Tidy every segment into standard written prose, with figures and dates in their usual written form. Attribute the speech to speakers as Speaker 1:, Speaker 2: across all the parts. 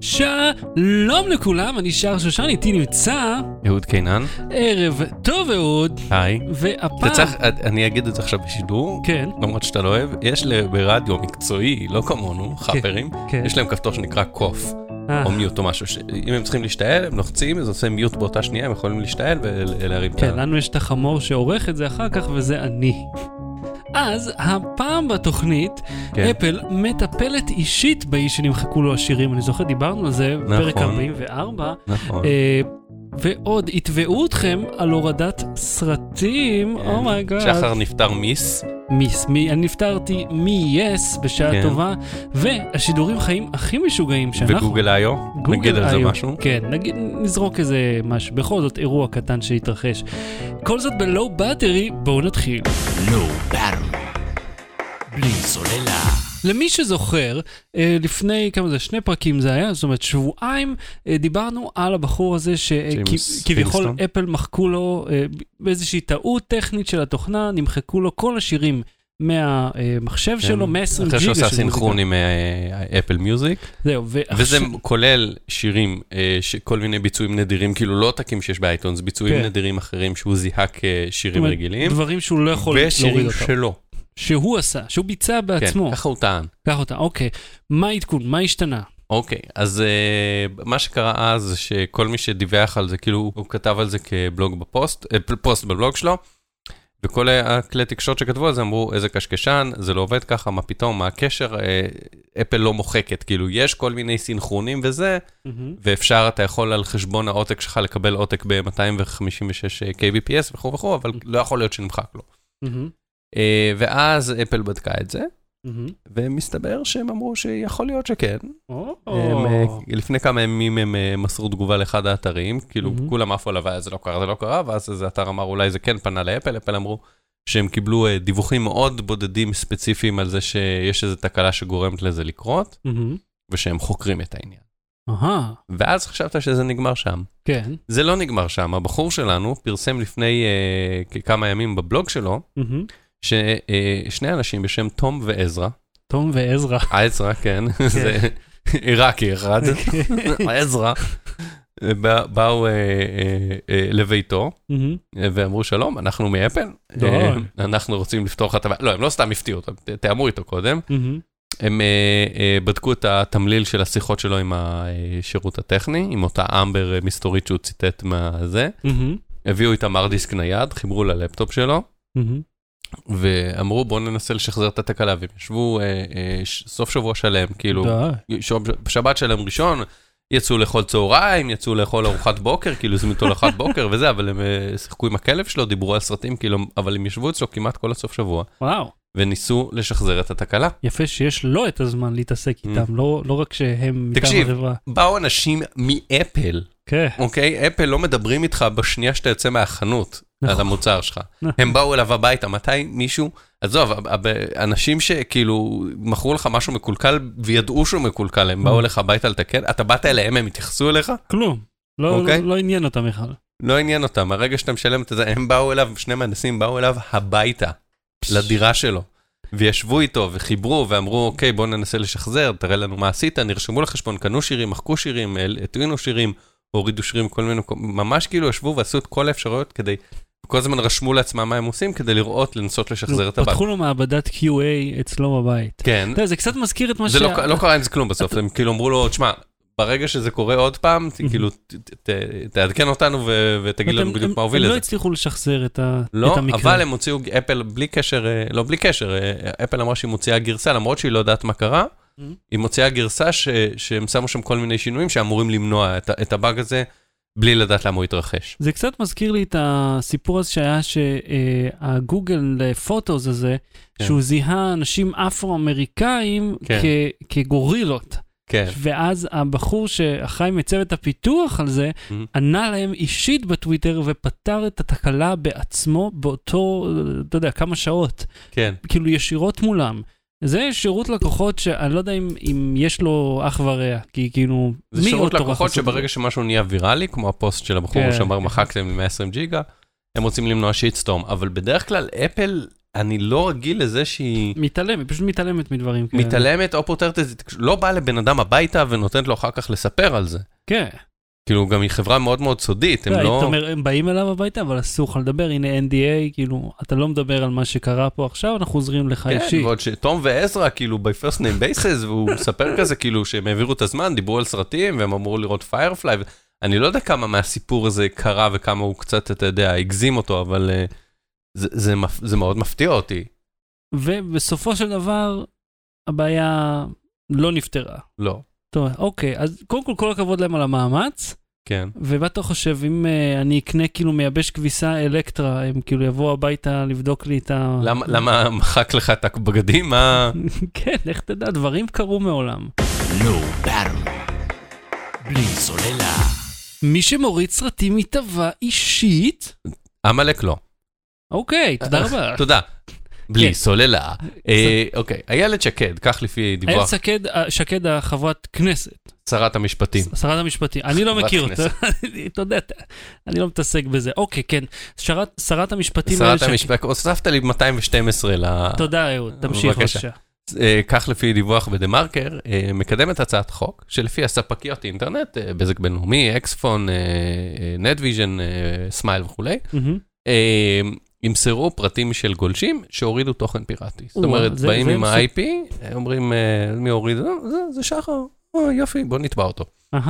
Speaker 1: שלום לכולם, אני שר שושן, איתי נמצא
Speaker 2: אהוד קינן.
Speaker 1: ערב טוב אהוד.
Speaker 2: היי.
Speaker 1: והפעם
Speaker 2: אני אגיד את זה עכשיו בשידור,
Speaker 1: כן.
Speaker 2: למרות שאתה לא אוהב, יש ברדיו מקצועי, לא כמונו, חפרים,
Speaker 1: כן.
Speaker 2: יש להם כפתור שנקרא קוף, או מיוט או משהו, אם הם צריכים להשתעל, הם לוחצים, אז עושים מיוט באותה שנייה, הם יכולים להשתעל ולהרים את
Speaker 1: כן, לנו יש את החמור שעורך את זה אחר כך, וזה אני. אז הפעם בתוכנית,
Speaker 2: כן.
Speaker 1: אפל מטפלת אישית באיש שנמחקו לו השירים, אני זוכר, דיברנו על זה בפרק 44,
Speaker 2: נכון.
Speaker 1: ועוד התבעו אתכם על הורדת סרטים, אומייגאד.
Speaker 2: שחר נפטר מיס.
Speaker 1: אני נפטרתי מ-yes בשעה טובה, והשידורים חיים הכי משוגעים שאנחנו...
Speaker 2: וגוגל איו, נגיד על זה משהו.
Speaker 1: כן, נגיד, נזרוק איזה משהו, בכל זאת אירוע קטן שהתרחש. כל זאת בלואו בטרי, בואו נתחיל.
Speaker 3: לואו בטרי, בלי סוללה.
Speaker 1: למי שזוכר, לפני כמה זה, 2 פרקים זה היה, זאת אומרת שבועיים, דיברנו על הבחור הזה שכביכול אפל מחקו לו באיזושהי טעות טכנית של התוכנה, נמחקו לו כל השירים מהמחשב שלו, 120 ג'יגה.
Speaker 2: אחרי שעושה סינכרון עם אפל מיוזיק.
Speaker 1: זהו,
Speaker 2: וזה כולל שירים, כל מיני ביצועים נדירים, כאילו לא עותקים שיש באייטונס, ביצועים נדירים אחרים שהוא זיהה כשירים רגילים.
Speaker 1: דברים שהוא לא יכול להוריד אותם.
Speaker 2: ושירים שלו.
Speaker 1: שהוא עשה, שהוא ביצע בעצמו.
Speaker 2: כן, ככה הוא טען.
Speaker 1: ככה הוא טען, אוקיי. מה העדכון? מה השתנה?
Speaker 2: אוקיי, אז מה שקרה אז זה שכל מי שדיווח על זה, כאילו הוא כתב על זה כבלוג בפוסט, פוסט בבלוג שלו, וכל הכלי תקשורת שכתבו על זה אמרו, איזה קשקשן, זה לא עובד ככה, מה פתאום, מה הקשר, אפל לא מוחקת, כאילו יש כל מיני סינכרונים וזה, ואפשר, אתה יכול על חשבון העותק שלך לקבל עותק ב-256 kbps וכו' וכו', אבל לא יכול להיות שנמחק לו. ואז אפל בדקה את זה, ומסתבר שהם אמרו שיכול להיות שכן. לפני כמה ימים הם מסרו תגובה לאחד האתרים, כאילו כולם עפו עליו, זה לא קרה, זה לא קרה, ואז איזה אתר אמר אולי זה כן פנה לאפל, אפל אמרו שהם קיבלו דיווחים מאוד בודדים ספציפיים על זה שיש איזו תקלה שגורמת לזה לקרות, ושהם חוקרים את העניין. ואז חשבת שזה נגמר שם.
Speaker 1: כן.
Speaker 2: זה לא נגמר שם, הבחור שלנו פרסם לפני כמה ימים בבלוג שלו, ששני אנשים בשם תום ועזרא.
Speaker 1: תום ועזרא.
Speaker 2: עזרא, כן. זה עיראקי אחד. עזרא. באו לביתו, ואמרו שלום, אנחנו מאפל. אנחנו רוצים לפתוח את... לא, הם לא סתם הפתיעו אותם, תאמו איתו קודם. הם בדקו את התמליל של השיחות שלו עם השירות הטכני, עם אותה אמבר מסתורית שהוא ציטט מהזה. הביאו איתם ארדיסק נייד, חיברו ללפטופ שלו. ואמרו בואו ננסה לשחזר את התקלה, והם ישבו סוף שבוע שלם, כאילו, בשבת שלם ראשון, יצאו לאכול צהריים, יצאו לאכול ארוחת בוקר, כאילו זמינו אותו לארוחת בוקר וזה, אבל הם שיחקו עם הכלב שלו, דיברו על סרטים, כאילו, אבל הם ישבו אצלו כמעט כל הסוף שבוע, וניסו לשחזר את התקלה.
Speaker 1: יפה שיש לו את הזמן להתעסק איתם, לא רק שהם מטעם החברה.
Speaker 2: תקשיב, באו אנשים מאפל, אוקיי? אפל לא מדברים איתך בשנייה שאתה יוצא מהחנות, על המוצר שלך. הם באו אליו הביתה, מתי מישהו, עזוב, אנשים שכאילו מכרו לך משהו מקולקל, וידעו שהוא מקולקל, הם באו אליך הביתה לתקן, אתה באת אליהם, הם התייחסו אליך?
Speaker 1: כלום, לא עניין אותם בכלל.
Speaker 2: לא עניין אותם, הרגע שאתה משלם את זה, הם באו אליו, שני מהנדסים באו אליו הביתה, לדירה שלו, וישבו איתו וחיברו ואמרו, אוקיי, בואו ננסה לשחזר, תראה לנו מה עשית, נרשמו לחשבון, קנו שירים, מחקו שירים, הטעינו שירים, הורידו שירים, כל מיני, ממש כאילו ישבו ועשו את כל האפשרויות כדי, כל הזמן רשמו לעצמם מה הם עושים, כדי לראות, לנסות לשחזר את הבית.
Speaker 1: פתחו לו מעבדת QA אצלו בבית.
Speaker 2: כן.
Speaker 1: זה קצת מזכיר את מה
Speaker 2: זה לא קרה עם זה כלום בסוף, הם כאילו אמרו לו, תשמע, ברגע שזה קורה עוד פעם, כאילו, תעדכן אותנו ותגיד לנו בדיוק מה הוביל לזה.
Speaker 1: הם לא הצליחו לשחזר את המקרה.
Speaker 2: לא, אבל הם הוציאו, אפל בלי קשר, לא בלי קשר, אפל אמרה שהיא מוציאה גרסה, למרות שהיא לא יודעת מה קרה, היא מוציאה גרסה שהם שמו שם כל מיני שינויים שאמורים למנוע את הבאג הזה, בלי לדעת למה הוא יתרחש.
Speaker 1: זה קצת מזכיר לי את הסיפור הזה שהיה שהגוגל פוטוס הזה, שהוא זיהה אנשים אפרו-אמריקאים כגורילות. ואז הבחור שאחראי מצוות הפיתוח על זה, ענה להם אישית בטוויטר ופתר את התקלה בעצמו באותו, אתה יודע, כמה שעות. כאילו ישירות מולם. זה שירות לקוחות שאני לא יודע אם יש לו אח ורע, כי כאילו...
Speaker 2: זה שירות לקוחות שברגע שמשהו נהיה ויראלי, כמו הפוסט של הבחור שאמר מחקתם ל-120 ג'יגה, הם רוצים למנוע שיטסטורם, אבל בדרך כלל אפל אני לא רגיל לזה שהיא...
Speaker 1: מתעלמת, פשוט מתעלמת מדברים כאלה.
Speaker 2: מתעלמת או פותרת את זה, לא באה לבן אדם הביתה ונותנת לו אחר כך לספר על זה.
Speaker 1: כן.
Speaker 2: כאילו, גם היא חברה מאוד מאוד סודית, הם לא...
Speaker 1: זאת אומרת, הם באים אליו הביתה, אבל אסור לך לדבר, הנה NDA, כאילו, אתה לא מדבר על מה שקרה פה עכשיו, אנחנו עוזרים לך אישי.
Speaker 2: כן, ועוד שתום ועזרא, כאילו, ב-first name basis, והוא מספר כזה, כאילו, שהם העבירו את הזמן, דיברו על סרטים, והם אמרו לראות פיירפליי, אני לא יודע כמה מהסיפור הזה קרה, וכמה הוא קצת, אתה יודע, הגזים אותו, אבל זה מאוד מפתיע אותי.
Speaker 1: ובסופו של דבר, הבעיה לא נפתרה.
Speaker 2: לא.
Speaker 1: טוב, אוקיי, אז קודם כל הכבוד להם על המאמץ.
Speaker 2: כן.
Speaker 1: ומה אתה חושב, אם אני אקנה כאילו מייבש כביסה אלקטרה, הם כאילו יבואו הביתה לבדוק לי את ה...
Speaker 2: למה מחק לך את הבגדים?
Speaker 1: כן, איך תדע, דברים קרו מעולם.
Speaker 3: לא ברם. בלי סוללה.
Speaker 1: מי שמוריד סרטים מטבע אישית?
Speaker 2: עמלק לא.
Speaker 1: אוקיי, תודה רבה.
Speaker 2: תודה. בלי סוללה. אוקיי, איילת שקד, כך לפי דיווח.
Speaker 1: איילת שקד החברת כנסת.
Speaker 2: שרת המשפטים.
Speaker 1: שרת המשפטים. אני לא מכיר אותה. אתה יודע, אני לא מתעסק בזה. אוקיי, כן. שרת המשפטים.
Speaker 2: שרת המשפטים. הוספת לי 212 ל...
Speaker 1: תודה, אהוד. תמשיך בבקשה.
Speaker 2: כך לפי דיווח בדה-מרקר, מקדמת הצעת חוק, שלפי הספקיות אינטרנט, בזק בינלאומי, אקספון, נטוויז'ן, סמייל וכו', ימסרו פרטים של גולשים שהורידו תוכן פיראטי. זאת אומרת, באים עם ה-IP, אומרים, מי הוריד? זה שחר, יופי, בוא נתבע אותו.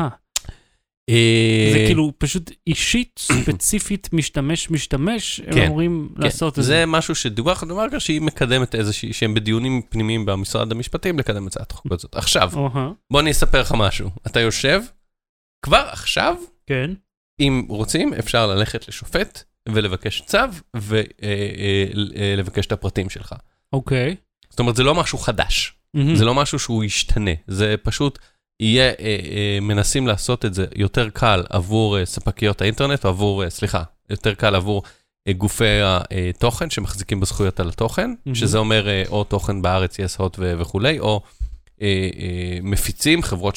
Speaker 1: זה כאילו פשוט אישית, ספציפית, משתמש, הם אמורים לעשות את זה.
Speaker 2: זה משהו שדיווח דה-מרקר שהיא מקדמת איזושהי, שהם בדיונים פנימיים במשרד המשפטים לקדם את הצעת החוק הזאת. עכשיו, בוא אני אספר לך משהו. אתה יושב, כבר עכשיו, אם רוצים, אפשר ללכת לשופט, ולבקש צו, ולבקש את הפרטים שלך.
Speaker 1: אוקיי.
Speaker 2: זאת אומרת, זה לא משהו חדש. זה לא משהו שהוא ישתנה. זה פשוט יהיה, מנסים לעשות את זה יותר קל עבור ספקיות האינטרנט, או עבור, יותר קל עבור גופי התוכן שמחזיקים בזכויות על התוכן, שזה אומר או תוכן בארץ, יסהות וכולי, או מפיצים, חברות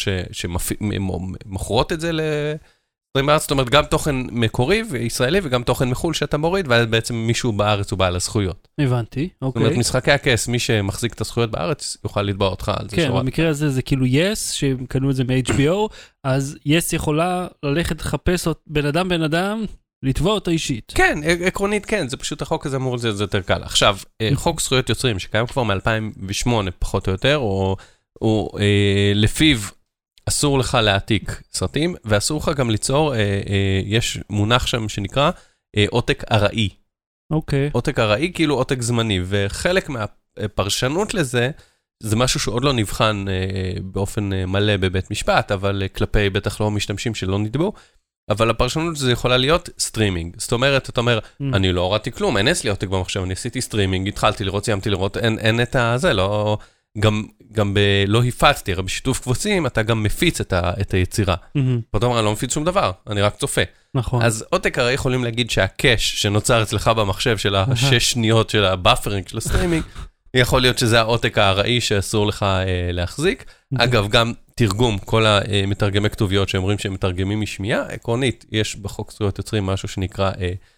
Speaker 2: שמוכרות את זה זאת אומרת, גם תוכן מקורי וישראלי, וגם תוכן מחול שאתה מוריד, ואז בעצם מישהו בארץ הוא בעל הזכויות.
Speaker 1: הבנתי, אוקיי.
Speaker 2: זאת אומרת, משחקי הכס, מי שמחזיק את הזכויות בארץ, יוכל לתבוע אותך על זה.
Speaker 1: כן, במקרה הזה זה כאילו יס, שהם קנו את זה מ-HBO, אז יס יכולה ללכת לחפש בן אדם, לתבוע אותה אישית.
Speaker 2: כן, עקרונית כן, זה פשוט החוק הזה אמור לזה יותר קל. עכשיו, חוק זכויות יוצרים, שקיים כבר מ-2008 פחות או יותר, או לפיו, אסור לך להעתיק סרטים, ואסור לך גם ליצור, יש מונח שם שנקרא עותק ארעי.
Speaker 1: אוקיי.
Speaker 2: עותק ארעי, כאילו עותק זמני, וחלק מהפרשנות לזה, זה משהו שעוד לא נבחן באופן מלא בבית משפט, אבל כלפי בטח לא משתמשים שלא נתבעו, אבל הפרשנות זה יכולה להיות סטרימינג. זאת אומרת, אתה אומר, אני לא הורדתי כלום, אין אצלי עותק במחשב, אני עשיתי סטרימינג, התחלתי לראות, סיימתי לראות, אין את זה, לא... גם לא הפצתי, הרי בשיתוף קבוצים, אתה גם מפיץ את היצירה. פתאום אני לא מפיץ שום דבר, אני רק צופה.
Speaker 1: נכון.
Speaker 2: אז עותק הרי יכולים להגיד שהקש שנוצר אצלך במחשב של ה6 שניות של הבאפרינג של הסטרימינג, יכול להיות שזה העותק הארעי שאסור לך להחזיק. אגב, גם תרגום, כל המתרגמי כתוביות שאומרים שהם מתרגמים משמיעה, עקרונית, יש בחוק זכויות יוצרים משהו שנקרא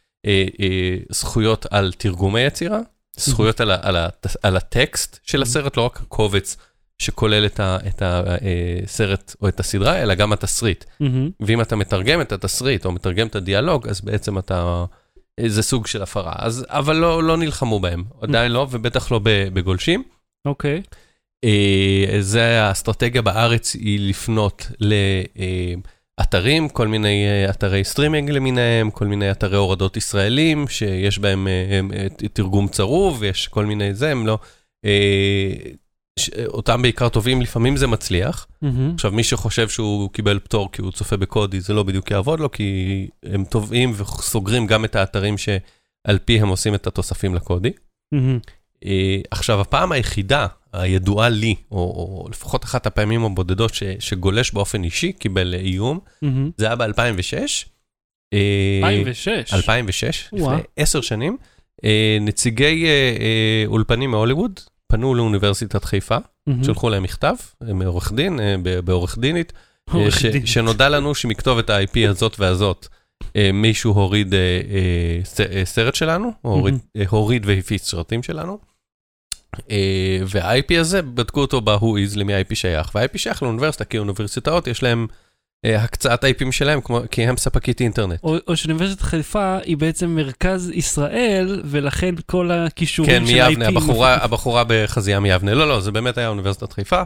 Speaker 2: זכויות על תרגומי יצירה, זכויות על הטקסט של הסרט, לא רק הקובץ שכולל את הסרט או את הסדרה, אלא גם התסריט. ואם אתה מתרגם את התסריט או מתרגם את הדיאלוג, אז בעצם זה סוג של הפרה. אבל לא נלחמו בהם, עדיין לא, ובטח לא בגולשים.
Speaker 1: אוקיי.
Speaker 2: זה האסטרטגיה בארץ, היא לפנות לאתרים, כל מיני אתרי סטרימינג למיניהם, כל מיני אתרי הורדות ישראלים, שיש בהם תרגום צרוב, ויש כל מיני זה, הם לא... אותם בעיקר טובים, לפעמים זה מצליח. עכשיו, מי שחושב שהוא קיבל פטור כי הוא צופה בקודי, זה לא בדיוק יעבוד לו, כי הם טובים וסוגרים גם את האתרים שעל פי הם עושים את התוספים לקודי. עכשיו, הפעם היחידה, הידועה לי, או לפחות אחת הפעמים הבודדות שגולש באופן אישי, קיבל איום, זה היה ב-2006.
Speaker 1: 2006?
Speaker 2: 2006, לפני 10 שנים. נציגי אולפנים מהוליווד, פנו לאוניברסיטת חיפה, שלחו להם מכתב, מעורך דין, בעורך דינית, שנודע לנו שמכתוב את ה-IP הזאת והזאת, מישהו הוריד סרט שלנו, הוריד והפיץ סרטים שלנו, וה-IP הזה, בדקו אותו ב-Whois, למי ה-IP שייך, וה-IP שייך לאוניברסיטה, כי האוניברסיטאות יש להם הקצאת ה-IPים שלהם, כי הם ספקית אינטרנט.
Speaker 1: או שאוניברסיטת חיפה היא בעצם מרכז ישראל, ולכן כל הכישורים של ה-IP...
Speaker 2: כן, מיבנה, הבחורה בחזייה מיבנה. לא, זה באמת היה אוניברסיטת חיפה.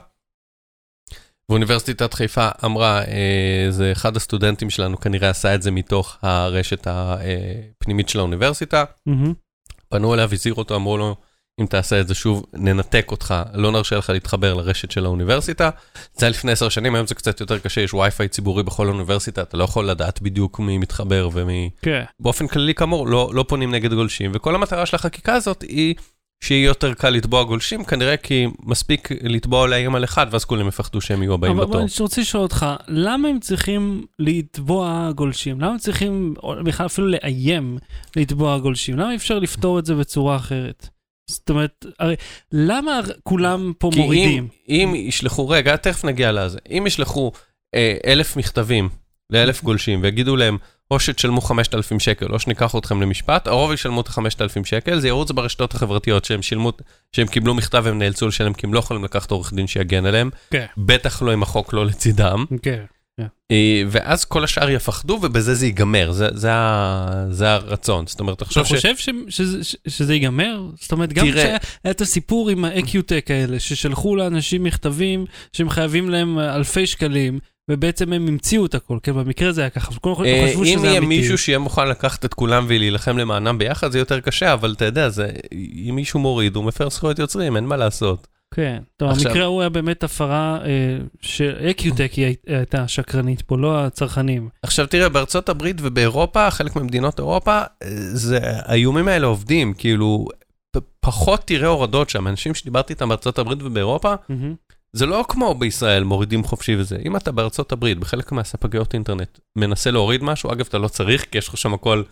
Speaker 2: ואוניברסיטת חיפה אמרה, זה אחד הסטודנטים שלנו כנראה עשה את זה מתוך הרשת הפנימית של האוניברסיטה. פנו אליו, הזהירו אותו, אמרו לו, אם תעשה את זה שוב, ננתק אותך, לא נרשה לך להתחבר לרשת של האוניברסיטה. זה היה לפני 10 שנים, היום זה קצת יותר קשה, יש וי-פיי ציבורי בכל האוניברסיטה, אתה לא יכול לדעת בדיוק מי מתחבר ומי...
Speaker 1: כן.
Speaker 2: באופן כללי כאמור, לא פונים נגד גולשים, וכל המטרה של החקיקה הזאת היא שיהיה יותר קל לתבוע גולשים, כנראה כי מספיק לתבוע להם על אחד, ואז כולם יפחדו שהם יהיו הבאים בתור.
Speaker 1: אבל אני רוצה לשאול אותך, למה הם צריכים לתבוע גולשים? למה הם צריכים בכלל אפילו לאיים לתבוע גולשים? למה אפשר לפתור את זה בצורה אחרת? זאת אומרת, הרי, למה כולם פה מורידים?
Speaker 2: אם ישלחו, רגע, תכף נגיע לזה, אם ישלחו 1,000 מכתבים ל1,000 גולשים, ויגידו להם, או שתשלמו 5,000 שקל, או שניקח אתכם למשפט, הרוב ישלמו את 5,000 שקל, זה ירוץ ברשתות החברתיות שהם קיבלו מכתב, הם נאלצו לשלם, כי הם לא יכולים לקחת עורך דין שיגן עליהם, בטח לא עם החוק לא לצידם, ואז כל השאר יפחדו, ובזה זה ייגמר, זה הרצון. זאת אומרת,
Speaker 1: אתה חושב שזה ייגמר? זאת אומרת, גם כשהיה את הסיפור עם ה-EQTech האלה, ששלחו לאנשים מכתבים, שהם חייבים להם אלפי שקלים, ובעצם הם המציאו את הכל, כן, במקרה זה היה ככה,
Speaker 2: אם יהיה מישהו שיהיה מוכן לקחת את כולם ולהילחם למענם ביחד, זה יותר קשה, אבל אתה יודע, אם מישהו מוריד, הוא מפר זכויות יוצרים, אין מה לעשות.
Speaker 1: כן, טוב, המקרה הוא היה באמת הפרה ש-EQTech הייתה שקרנית פה, לא הצרכנים.
Speaker 2: עכשיו תראה, בארצות הברית ובאירופה, חלק ממדינות אירופה, האיומים האלה עובדים, כאילו, פחות תראה הורדות שם, אנשים שדיברתי איתם בארצות הברית ובאירופה, זה לא כמו בישראל, מורידים חופשי וזה. אם אתה בארצות הברית, בחלק מהספקיות אינטרנט, מנסה להוריד משהו, אגב, אתה לא צריך, כי יש לך שם הכל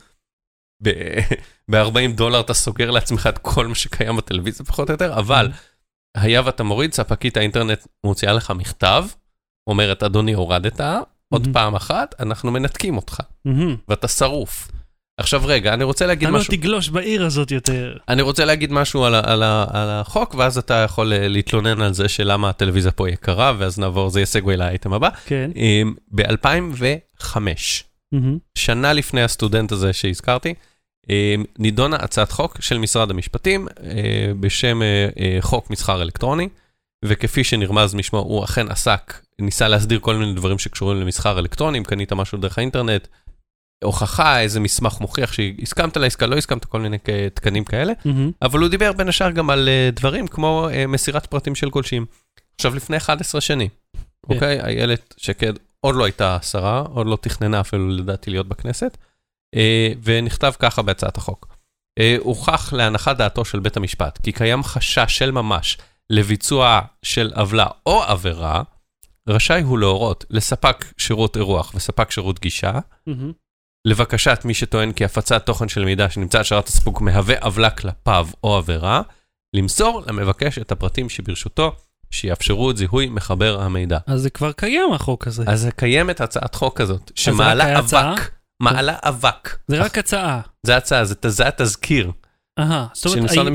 Speaker 2: ב$40, אתה סוגר לעצמך את כל מה שקיים בטלוויזיה, פחות או יותר, אבל היה ואתה מוריד, ספקית האינטרנט מוציאה לך מכתב, אומרת, אדוני, הורדת, עוד פעם אחת, אנחנו מנתקים אותך, ואתה שרוף. עכשיו רגע, אני רוצה להגיד משהו...
Speaker 1: אתה לא תגלוש בעיר הזאת יותר.
Speaker 2: אני רוצה להגיד משהו על החוק, ואז אתה יכול להתלונן על זה שלמה הטלוויזיה פה יקרה, ואז נעבור, זה יסגווי לאייטם הבא.
Speaker 1: כן.
Speaker 2: ב-2005, שנה לפני הסטודנט הזה שהזכרתי, נידונה הצעת חוק של משרד המשפטים, בשם חוק מסחר אלקטרוני, וכפי שנרמז משמו, הוא אכן ניסה להסדיר כל מיני דברים שקשורים למסחר אלקטרוני, אם קנית משהו דרך האינטרנט, הוכחה, איזה מסמך מוכיח שהסכמת לעסקה, לא הסכמת כל מיני תקנים כאלה, אבל הוא דיבר בין השאר גם על דברים כמו מסירת פרטים של גולשים. עכשיו, לפני 11 שנים, אוקיי? איילת שקד עוד לא הייתה שרה, עוד לא תכננה אפילו לדעתי להיות בכנסת, ונכתב ככה בהצעת החוק. הוכח להנחת דעתו של בית המשפט, כי קיים חשש של ממש לביצוע של עוולה או עבירה, רשאי הוא להורות לספק שירות אירוח וספק שירות גישה, לבקשת מי שטוען כי הפצת תוכן של מידע שנמצא השארת הספוק מהווה עוולה כלפיו או עבירה, למסור למבקש את הפרטים שברשותו, שיאפשרו את זיהוי מחבר המידע.
Speaker 1: אז זה כבר קיים החוק הזה.
Speaker 2: אז זה קיימת הצעת חוק הזאת, שמעלה אבק. מעלה אבק.
Speaker 1: זה רק הצעה.
Speaker 2: זה הצעה, זה התזכיר.
Speaker 1: זאת אומרת,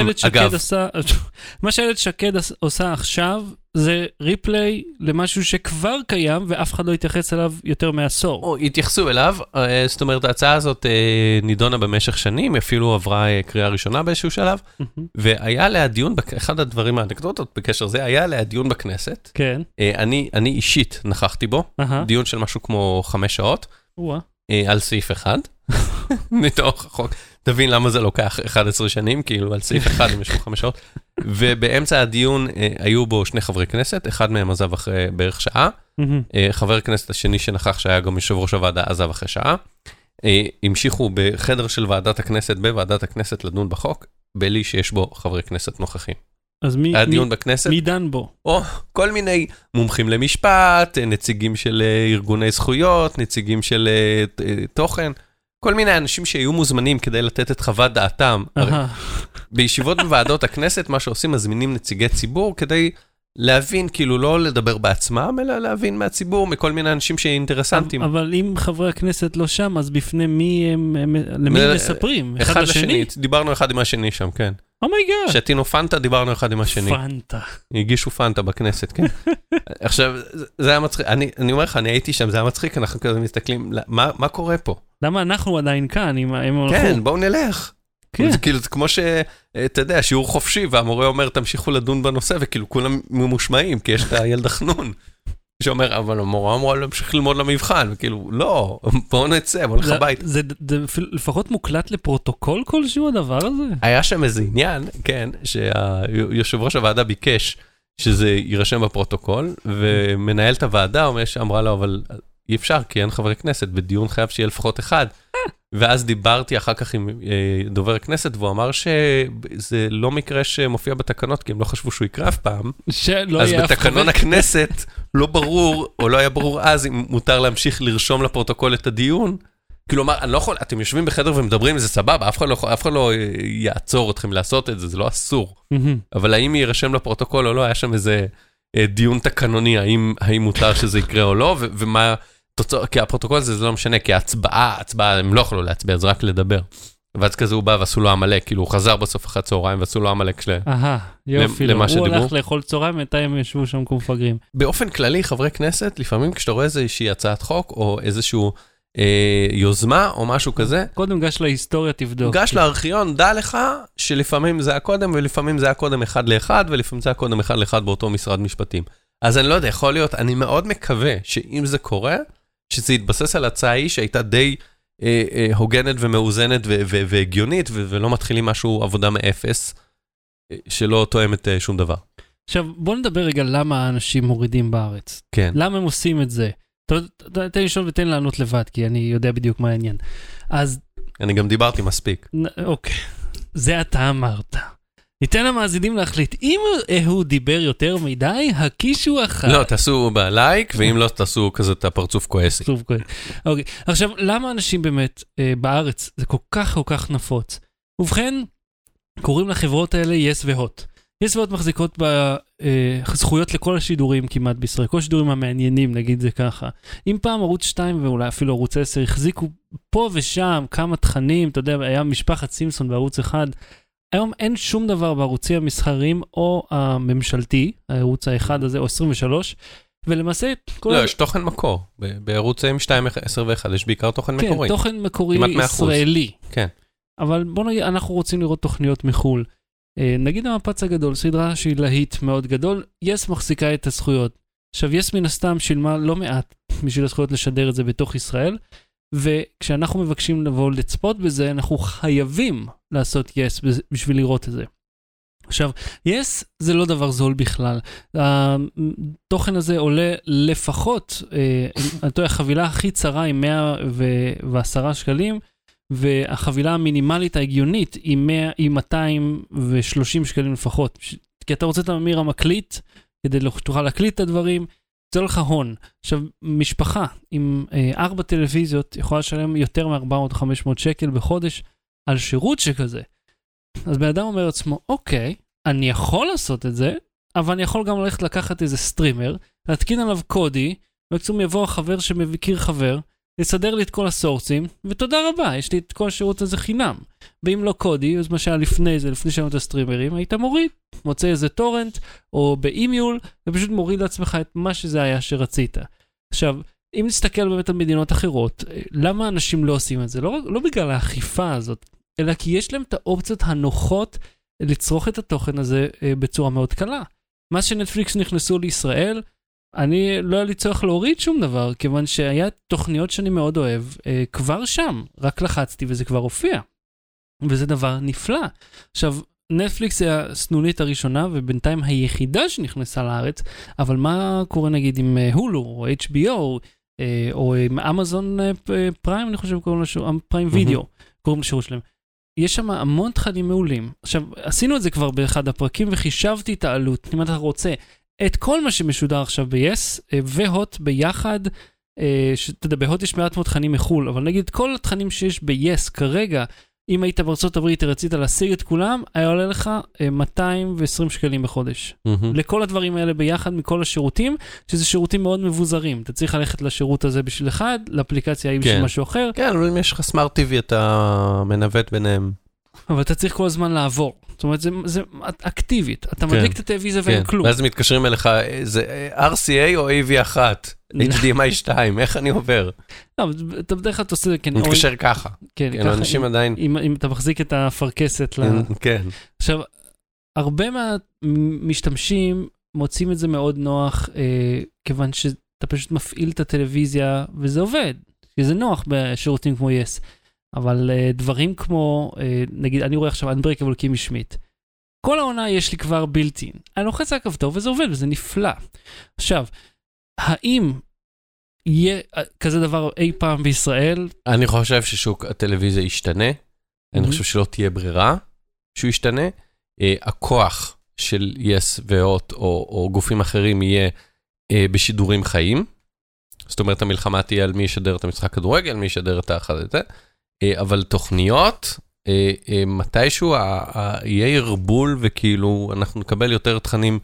Speaker 1: מה שאיילת שקד עושה עכשיו, זה ריפליי למשהו שכבר קיים, ואף אחד לא יתייחס אליו יותר מעשור.
Speaker 2: התייחסו אליו, זאת אומרת, ההצעה הזאת נידונה במשך שנים, אפילו עברה קריאה ראשונה באיזשהו שלב, והיה לה דיון, אחד הדברים האנקדוטות בקשר זה, היה לה דיון בכנסת.
Speaker 1: כן.
Speaker 2: אני אישית נכחתי בו, דיון של משהו כמו 5 שעות, על סעיף אחד, מתוך החוק. תבין למה זה לוקח 11 שנים, כאילו על סעיף אחד הם ישבו 5 שעות, ובאמצע הדיון היו בו 2 חברי כנסת, אחד מהם עזב אחרי בערך שעה, חבר הכנסת השני שנכח שהיה גם יושב ראש הוועדה עזב אחרי שעה, המשיכו בחדר של ועדת הכנסת, בוועדת הכנסת לדון בחוק, בלי שיש בו חברי כנסת נוכחים.
Speaker 1: אז מי דן בו?
Speaker 2: כל מיני מומחים למשפט, נציגים של ארגוני זכויות, נציגים של תוכן, כל מיני אנשים שהיו מוזמנים כדי לתת את חוות דעתם. בישיבות בוועדות הכנסת, מה שעושים, מזמינים נציגי ציבור כדי להבין, כאילו לא לדבר בעצמם, אלא להבין מהציבור, מכל מיני אנשים שאינטרסנטים.
Speaker 1: אבל אם חברי הכנסת לא שם, אז בפני מי הם, למי הם מספרים?
Speaker 2: אחד לשני? דיברנו אחד עם השני שם, כן.
Speaker 1: אומייגאד.
Speaker 2: שתינו פנטה, דיברנו אחד עם השני.
Speaker 1: פנטה.
Speaker 2: הגישו פנטה בכנסת, כן. עכשיו, זה היה מצחיק, אני אומר לך, אני הייתי שם, זה היה מצחיק, אנחנו כזה מסתכלים, מה קורה פה?
Speaker 1: למה אנחנו עדיין כאן?
Speaker 2: כן, בואו נלך. כאילו, זה כמו שאתה יודע, שיעור חופשי, והמורה אומר, תמשיכו לדון בנושא, וכאילו כולם ממושמעים, כי יש את הילד החנון, שאומר, אבל המורה אמרה להמשיך ללמוד למבחן, וכאילו, לא, בואו נצא, בואו נלך הביתה.
Speaker 1: זה לפחות מוקלט לפרוטוקול כלשהו הדבר הזה?
Speaker 2: היה שם איזה עניין, כן, שהיושב ראש הוועדה ביקש שזה יירשם בפרוטוקול, ומנהלת הוועדה אמרה לו, אבל אי אפשר, כי אין חברי כנסת, בדיון חייב שיהיה לפחות אחד. ואז דיברתי אחר כך עם דובר הכנסת, והוא אמר שזה לא מקרה שמופיע בתקנות, כי הם לא חשבו שהוא יקרה אף פעם. אז בתקנון הכנסת לא ברור, או לא היה ברור אז, אם מותר להמשיך לרשום לפרוטוקול את הדיון. כלומר, אני לא יכול, אתם יושבים בחדר ומדברים, זה סבבה, אף אחד לא יעצור אתכם לעשות את זה, זה לא אסור. אבל האם יירשם לפרוטוקול או לא, היה שם איזה דיון תקנוני, האם מותר שזה יקרה או לא, ומה... כי הפרוטוקול הזה לא משנה, כי ההצבעה, הם לא יכולו להצביע, זה רק לדבר. ואז כזה הוא בא ועשו לו עמלק, כאילו הוא חזר בסוף אחת צהריים ועשו לו עמלק
Speaker 1: יופי, הוא הולך לאכול צהריים, מתי הם ישבו שם כמפגרים.
Speaker 2: באופן כללי, חברי כנסת, לפעמים כשאתה רואה איזושהי הצעת חוק, או איזשהו יוזמה, או משהו כזה,
Speaker 1: קודם גש להיסטוריה תבדוק.
Speaker 2: גש לארכיון, דע לך שלפעמים זה היה קודם, ולפעמים זה היה קודם אחד לאחד, ולפעמים זה היה קודם אחד לאחד באותו משרד משפטים. אז אני לא יודע, יכול להיות, אני מאוד מקווה שאם זה קורה, שזה יתבסס על הצעה היא שהייתה די הוגנת ומאוזנת והגיונית, ולא מתחילים משהו עבודה מאפס, שלא תואמת שום דבר.
Speaker 1: עכשיו, בוא נדבר רגע למה האנשים מורידים בארץ.
Speaker 2: כן.
Speaker 1: למה הם עושים את זה? תן לשאול ותן לענות לבד, כי אני יודע בדיוק מה העניין. אז...
Speaker 2: אני גם דיברתי מספיק.
Speaker 1: אוקיי. זה אתה אמרת. ניתן למאזינים להחליט, אם הוא דיבר יותר מדי, הקישו אחת.
Speaker 2: לא, תעשו בלייק, ואם לא, תעשו כזה את הפרצוף כועסי.
Speaker 1: אוקיי, עכשיו, למה אנשים באמת בארץ, זה כל כך נפוץ? ובכן, קוראים לחברות האלה יס והוט. יס והוט מחזיקות בזכויות לכל השידורים כמעט בישראל, כל השידורים המעניינים, נגיד זה ככה. אם פעם ערוץ 2 ואולי אפילו ערוץ 10 החזיקו פה ושם כמה תכנים, אתה יודע, היה משפחת סימפסון בערוץ 1, היום אין שום דבר בערוצים המסחריים או הממשלתי, הערוץ האחד הזה, או 23, ולמעשה...
Speaker 2: לא, יש תוכן מקור. בערוצים 2, 10 ו-1 יש בעיקר תוכן מקורי.
Speaker 1: כן, תוכן מקורי ישראלי.
Speaker 2: כן.
Speaker 1: אבל בוא נגיד, אנחנו רוצים לראות תוכניות מחול. נגיד המפץ הגדול, סדרה שהיא להיט מאוד גדול, יס מחזיקה את הזכויות. עכשיו, יס מן הסתם שילמה לא מעט בשביל הזכויות לשדר את זה בתוך ישראל, וכשאנחנו מבקשים לבוא לצפות בזה, אנחנו חייבים לעשות יס בשביל לראות את זה. עכשיו, יס זה לא דבר זול בכלל. התוכן הזה עולה לפחות, החבילה הכי צרה היא 110 שקלים, והחבילה המינימלית ההגיונית היא 230 שקלים לפחות. כי אתה רוצה את הממיר המקליט, כדי שתוכל להקליט את הדברים, זה לך הון. עכשיו, משפחה עם 4 טלוויזיות יכולה לשלם יותר מ-400-500 שקל בחודש על שירות שכזה. אז בן אדם אומר לעצמו, אוקיי, אני יכול לעשות את זה, אבל אני יכול גם ללכת לקחת איזה סטרימר, להתקין עליו קודי, ובקצום יבוא החבר שמכיר חבר, יסדר לי את כל הסורסים, ותודה רבה, יש לי את כל השירות הזה חינם. ואם לא קודי, אז מה שהיה לפני זה, לפני שהיו את הסטרימרים, היית מוריד, מוצא איזה טורנט, או באימיול, ופשוט מוריד לעצמך את מה שזה היה שרצית. עכשיו, אם נסתכל באמת על מדינות אחרות, למה אנשים לא עושים את זה? לא בגלל האכיפה הזאת, אלא כי יש להם את האופציות הנוחות לצרוך את התוכן הזה בצורה מאוד קלה. מה שנטפליקס נכנסו לישראל, אני לא היה לי צורך להוריד שום דבר, כיוון שהיה תוכניות שאני מאוד אוהב, כבר שם, רק לחצתי וזה כבר הופיע. וזה דבר נפלא. עכשיו, נטפליקס היא הסנונית הראשונה, ובינתיים היחידה שנכנסה לארץ, אבל מה קורה נגיד עם הולו, או HBO, או עם אמזון פריים, אני חושב קוראים לשירות, פריים וידאו, קוראים לשירות שלהם. יש שם המון תכנים מעולים. עכשיו, עשינו את זה כבר באחד הפרקים, וחישבתי את העלות, אם אתה רוצה, את כל מה שמשודר עכשיו ב-yes, והוט ביחד, שאתה יודע, בהוט יש מעט מאוד תכנים מחול, אבל נגיד כל התכנים שיש ב-yes כרגע, אם היית בארצות הברית, רצית להשיג את כולם, היה עולה לך 220 שקלים בחודש. לכל הדברים האלה ביחד, מכל השירותים, שזה שירותים מאוד מבוזרים. אתה צריך ללכת לשירות הזה בשביל אחד, לאפליקציה היא בשביל משהו אחר.
Speaker 2: כן, אבל אם יש לך סמארט TV, אתה מנווט ביניהם.
Speaker 1: אבל אתה צריך כל הזמן לעבור. זאת אומרת, זה אקטיבית. אתה מדליק את הטלוויזיה ואין כלום.
Speaker 2: ואז מתקשרים אליך, זה RCA או AV1? HDMI 2, איך אני עובר?
Speaker 1: לא, אתה בדרך כלל עושה...
Speaker 2: מתקשר ככה.
Speaker 1: כן,
Speaker 2: אנשים עדיין...
Speaker 1: אם אתה מחזיק את הפרקסת
Speaker 2: כן.
Speaker 1: עכשיו, הרבה מהמשתמשים מוצאים את זה מאוד נוח, כיוון שאתה פשוט מפעיל את הטלוויזיה, וזה עובד. זה נוח בשירותים כמו Yes. אבל דברים כמו, נגיד, אני רואה עכשיו Unbreakable קימי שמיט. כל העונה יש לי כבר בילטין. אני לוחץ על הכפתור וזה עובד וזה נפלא. עכשיו, האם יהיה כזה דבר אי פעם בישראל?
Speaker 2: אני חושב ששוק הטלוויזיה ישתנה. אני חושב שלא תהיה ברירה שהוא ישתנה. הכוח של Yes והוט או גופים אחרים יהיה בשידורים חיים. זאת אומרת, המלחמה תהיה על מי ישדר את המשחק כדורגל, מי ישדר את האחד את זה. אבל תוכניות, מתישהו יהיה ירבול וכאילו אנחנו נקבל יותר תכנים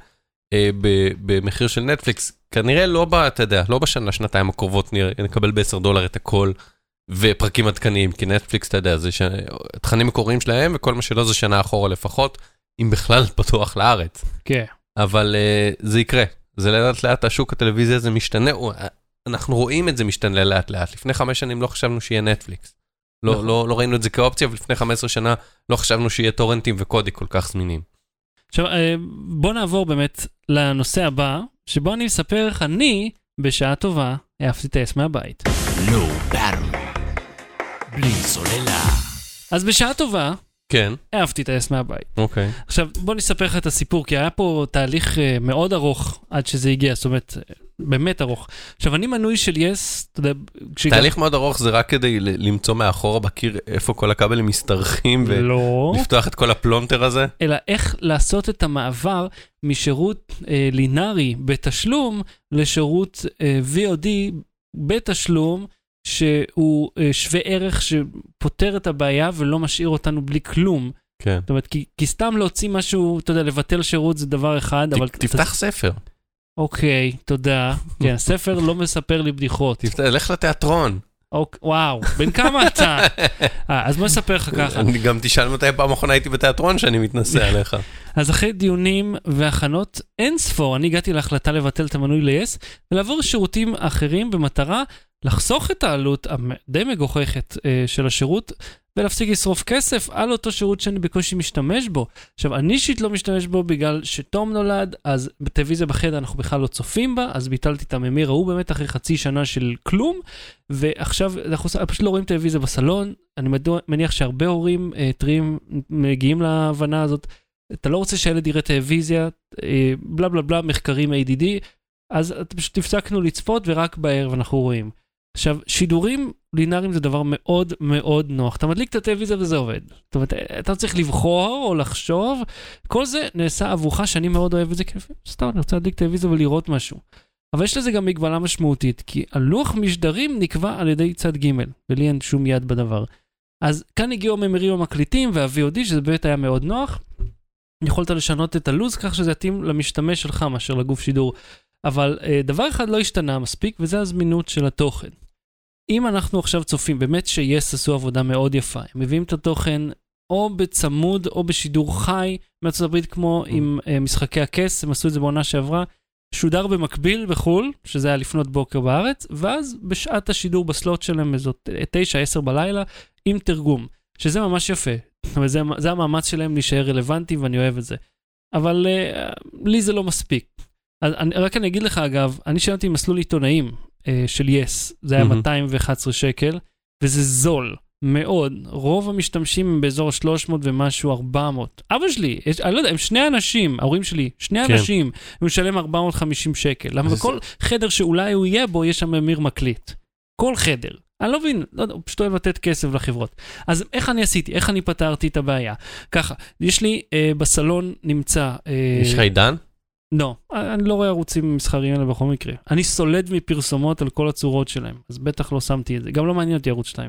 Speaker 2: במחיר של נטפליקס, כנראה לא אתה יודע, לא בשנה, שנתיים הקרובות נקבל $10 את הכל ופרקים עדכניים, כי נטפליקס אתה יודע, זה תכנים מקוריים שלהם וכל מה שלא זה שנה אחורה לפחות, אם בכלל פתוח לארץ.
Speaker 1: כן.
Speaker 2: אבל זה יקרה, זה לאט לאט השוק הטלוויזיה הזה משתנה, אנחנו רואים את זה משתנה לאט לאט, לפני 5 שנים לא חשבנו שיהיה נטפליקס. לא ראינו את זה כאופציה, ולפני 15 שנה לא חשבנו שיהיה טורנטים וקודי כל כך זמינים.
Speaker 1: עכשיו, בוא נעבור באמת לנושא הבא, שבו אני מספר איך אני, בשעה טובה, העפתי טייס מהבית.
Speaker 3: Low Battery. בלי סוללה.
Speaker 1: אז בשעה טובה,
Speaker 2: כן.
Speaker 1: העפתי טייס מהבית.
Speaker 2: אוקיי.
Speaker 1: עכשיו, בוא נספר לך את הסיפור, כי היה פה תהליך מאוד ארוך עד שזה הגיע, זאת אומרת, באמת ארוך. עכשיו, אני מנוי של Yes, אתה יודע...
Speaker 2: תהליך מאוד ארוך זה רק כדי למצוא מאחורה בקיר איפה כל הכבלים מסתרכים, ולפתוח את כל הפלונטר הזה?
Speaker 1: אלא איך לעשות את המעבר משירות לינארי בתשלום, לשירות VOD בתשלום, שהוא שווה ערך שפותר את הבעיה ולא משאיר אותנו בלי כלום.
Speaker 2: כן.
Speaker 1: זאת אומרת, כי סתם להוציא משהו, אתה יודע, לבטל שירות זה דבר אחד, אבל...
Speaker 2: תפתח ספר.
Speaker 1: אוקיי, תודה. כן, ספר לא מספר לי בדיחות.
Speaker 2: לך לתיאטרון.
Speaker 1: וואו, בין כמה אתה? אז בוא נספר לך ככה.
Speaker 2: אני גם תשאל מתי פעם אחרונה הייתי בתיאטרון שאני מתנסה עליך.
Speaker 1: אז אחרי דיונים והכנות אין ספור, אני הגעתי להחלטה לבטל את המנוי ל-Yes, ולעבור לשירותים אחרים במטרה לחסוך את העלות הדי מגוחכת של השירות, ולהפסיק לשרוף כסף על אותו שירות שאני בקושי משתמש בו. עכשיו, אני אישית לא משתמש בו בגלל שתום נולד, אז בטלוויזיה בחדר אנחנו בכלל לא צופים בה, אז ביטלתי את הממיר, ראו באמת אחרי חצי שנה של כלום, ועכשיו אנחנו פשוט לא רואים טלוויזיה בסלון, אני מניח שהרבה הורים טריים מגיעים להבנה הזאת, אתה לא רוצה שהילד יראה טלוויזיה, בלה בלה בלה, מחקרים ADD, אז פשוט הפסקנו לצפות ורק בערב אנחנו רואים. עכשיו, שידורים לינאריים זה דבר מאוד מאוד נוח. אתה מדליק את הטלוויזיה וזה עובד. זאת אומרת, אתה צריך לבחור או לחשוב. כל זה נעשה עבורך שאני מאוד אוהב את זה. סתם, אני רוצה להדליק טלוויזיה ולראות משהו. אבל יש לזה גם מגבלה משמעותית, כי הלוח משדרים נקבע על ידי צד ג' ולי אין שום יד בדבר. אז כאן הגיעו הממרים המקליטים וה-VOD, שזה באמת היה מאוד נוח. יכולת לשנות את הלוז כך שזה יתאים למשתמש שלך מאשר לגוף שידור. אבל דבר אחד לא השתנה מספיק, וזה הזמינות של התוכן. אם אנחנו עכשיו צופים, באמת ש-Yes עשו עבודה מאוד יפה, הם מביאים את התוכן או בצמוד או בשידור חי, מארצות הברית כמו עם משחקי הכס, הם עשו את זה בעונה שעברה, שודר במקביל בחול, שזה היה לפנות בוקר בארץ, ואז בשעת השידור בסלוט שלהם, זאת 9-10 בלילה, עם תרגום, שזה ממש יפה. זה המאמץ שלהם להישאר רלוונטי, ואני אוהב את זה. אבל לי זה לא מספיק. אז רק אני אגיד לך אגב, אני שאלתי מסלול עיתונאים של Yes, זה היה 211 שקל, וזה זול מאוד, רוב המשתמשים הם באזור 300 ומשהו 400. אבא שלי, אני לא יודע, הם שני אנשים, ההורים שלי, שני אנשים, הם משלם 450 שקל, למה בכל חדר שאולי הוא יהיה בו, יש שם ממיר מקליט. כל חדר. אני לא מבין, הוא פשוט אוהב לתת כסף לחברות. אז איך אני עשיתי? איך אני פתרתי את הבעיה? ככה, יש לי בסלון נמצא...
Speaker 2: יש לך עידן?
Speaker 1: לא, אני לא רואה ערוצים מסחריים האלה בכל מקרה. אני סולד מפרסומות על כל הצורות שלהם, אז בטח לא שמתי את זה. גם לא מעניין אותי ערוץ 2.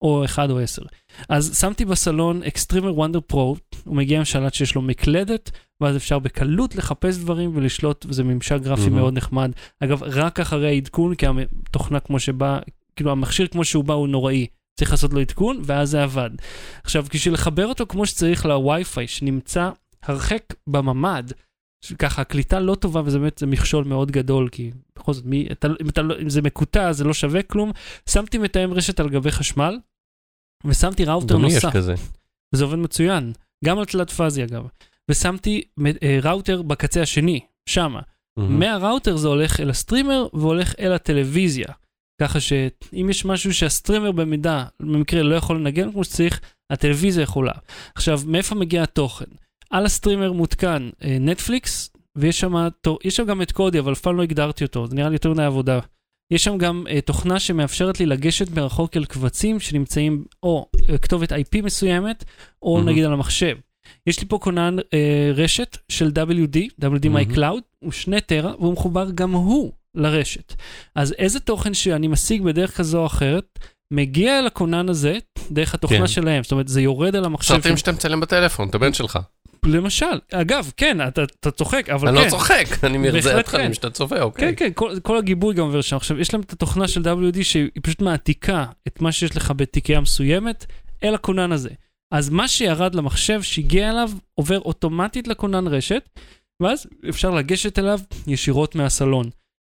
Speaker 1: או 1 או 10. אז שמתי בסלון Extremer Wonder Pro, הוא מגיע עם שלט שיש לו מקלדת, ואז אפשר בקלות לחפש דברים ולשלוט, וזה ממשק גרפי מאוד נחמד. אגב, רק אחרי העדכון, כי התוכנה כמו שבא, כאילו המכשיר כמו שהוא בא הוא נוראי, צריך לעשות לו עדכון, ואז זה עבד. עכשיו, כשביל לחבר אותו כמו שצריך לווי-פיי, שנמצא הרחק בממד, ככה, הקליטה לא טובה, וזה באמת זה מכשול מאוד גדול, כי בכל זאת, אם זה מקוטע, זה לא שווה כלום. שמתי מתאם רשת על גבי חשמל, ושמתי ראוטר נוסף. וזה עובד מצוין, גם על תלת פאזי אגב. ושמתי ראוטר בקצה השני, שמה. מהראוטר זה הולך אל הסטרימר, והולך אל הטלוויזיה. ככה שאם יש משהו שהסטרימר במקרה לא יכול לנגן כמו שצריך, הטלוויזיה יכולה. עכשיו, מאיפה מגיע התוכן? על הסטרימר מותקן נטפליקס, ויש שם גם את קודי, אבל אף פעם לא הגדרתי אותו, זה נראה לי יותר מדי עבודה. יש שם גם תוכנה שמאפשרת לי לגשת מרחוק אל קבצים שנמצאים או כתובת IP מסוימת, או נגיד על המחשב. יש לי פה כונן רשת של WD My Cloud, הוא 2 טרה, והוא מחובר גם הוא לרשת. אז איזה תוכן שאני משיג בדרך כזו או אחרת, מגיע אל הכונן הזה, דרך התוכנה שלהם, זאת אומרת, זה יורד על המחשב. סרטים
Speaker 2: שאתה מצלם בטלפון, את הבן שלך.
Speaker 1: למשל, אגב, כן, אתה צוחק, אבל כן.
Speaker 2: אני לא צוחק, אני מרזה אותך אם שאתה צופה, אוקיי.
Speaker 1: כן, כן, כל הגיבוי גם עובר שם. עכשיו, יש להם את התוכנה של WD שהיא פשוט מעתיקה את מה שיש לך בתיקייה מסוימת אל הכונן הזה. אז מה שירד למחשב שהגיע אליו עובר אוטומטית לכונן רשת, ואז אפשר לגשת אליו ישירות מהסלון.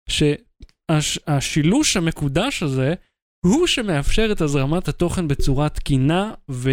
Speaker 1: שהשילוש המקודש הזה הוא שמאפשר את הזרמת התוכן בצורה תקינה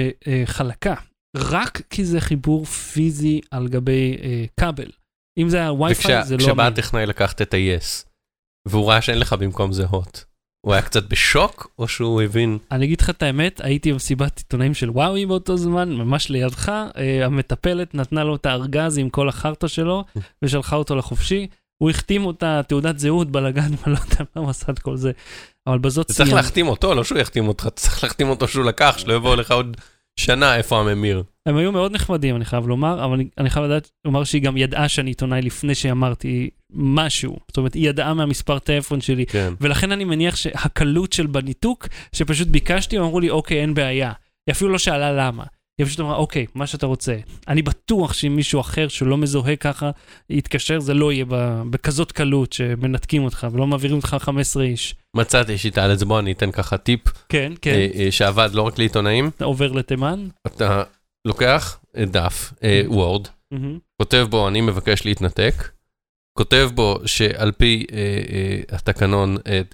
Speaker 1: וחלקה. רק כי זה חיבור פיזי על גבי כבל. אם זה היה וי-פיי, זה לא...
Speaker 2: וכשבא הטכנאי לקחת את ה-yes, והוא ראה שאין לך במקום זה hot, הוא היה קצת בשוק, או שהוא הבין...
Speaker 1: אני אגיד לך את האמת, הייתי במסיבת עיתונאים של וואוי באותו זמן, ממש לידך, המטפלת נתנה לו את הארגז עם כל החרטה שלו, ושלחה אותו לחופשי, הוא החתים אותה תעודת זהות בלגן, ולא יודע מה הוא עשה את כל זה. אבל בזאת
Speaker 2: סיים... צריך להחתים אותו, לא שהוא יחתים אותך, צריך להחתים אותו שהוא לקח, שלא יבואו לך עוד שנה איפה הממיר.
Speaker 1: הם היו מאוד נחמדים, אני חייב לומר, אבל אני חייב לומר שהיא גם ידעה שאני עיתונאי לפני שאמרתי משהו. זאת אומרת, היא ידעה מהמספר טלפון שלי.
Speaker 2: כן.
Speaker 1: ולכן אני מניח שהקלות של בניתוק, שפשוט ביקשתי, הם אמרו לי, אוקיי, אין בעיה. היא אפילו לא שאלה למה. היא פשוט אמרה, אוקיי, מה שאתה רוצה. אני בטוח שאם מישהו אחר שלא מזוהה ככה, יתקשר, זה לא יהיה בכזאת קלות שמנתקים אותך, ולא מעבירים אותך 15 איש.
Speaker 2: מצאתי שיטה על זה, בוא אני אתן ככה טיפ.
Speaker 1: כן, כן.
Speaker 2: שעבד לא רק לעיתונאים.
Speaker 1: אתה עובר לתימן.
Speaker 2: אתה לוקח דף, וורד, כותב בו, אני מבקש להתנתק, כותב בו שעל פי התקנון,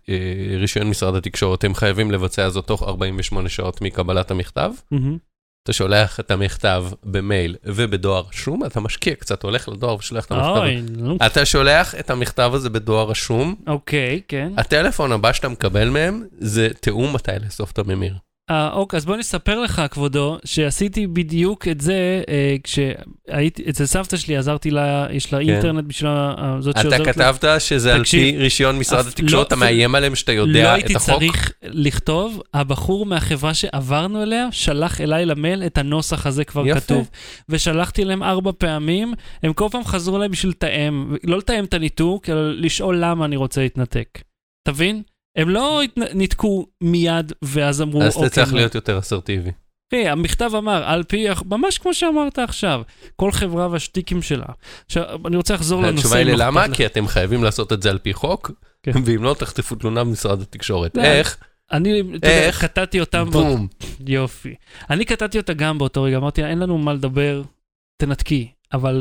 Speaker 2: רישיון משרד התקשורת, הם חייבים לבצע זאת תוך 48 שעות מקבלת המכתב. אתה שולח את המכתב במייל ובדואר רשום, אתה משקיע קצת, הולך לדואר ושולח את המכתב. אתה שולח את המכתב הזה בדואר רשום.
Speaker 1: אוקיי, כן.
Speaker 2: הטלפון הבא שאתה מקבל מהם, זה תיאום מתי לאסוף את הממיר.
Speaker 1: אוקיי, אז בוא נספר לך, כבודו, שעשיתי בדיוק את זה, כשהייתי, אצל סבתא שלי, עזרתי לה, יש לה אינטרנט בשביל זאת שעוזרת
Speaker 2: לה. אתה כתבת שזה על פי רישיון משרד התקשורת, אתה מאיים עליהם שאתה יודע את החוק?
Speaker 1: לא הייתי צריך לכתוב, הבחור מהחברה שעברנו אליה, שלח אליי למייל את הנוסח הזה כבר כתוב. ושלחתי להם 4 פעמים, הם כל פעם חזרו אליי בשביל לתאם, לא לתאם את הניתוק, אלא לשאול למה אני רוצה להתנתק. תבין? הם לא ניתקו מיד, ואז אמרו...
Speaker 2: אז אתה צריך להיות יותר אסרטיבי.
Speaker 1: כן, המכתב אמר, על פי, ממש כמו שאמרת עכשיו, כל חברה והשטיקים שלה. עכשיו, אני רוצה לחזור לנושא...
Speaker 2: התשובה היא למה? כי אתם חייבים לעשות את זה על פי חוק, ואם לא, תחטפו תלונה במשרד התקשורת. איך?
Speaker 1: אני קטעתי אותם...
Speaker 2: בום.
Speaker 1: יופי. אני קטעתי אותה גם באותו רגע, אמרתי, אין לנו מה לדבר, תנתקי. אבל,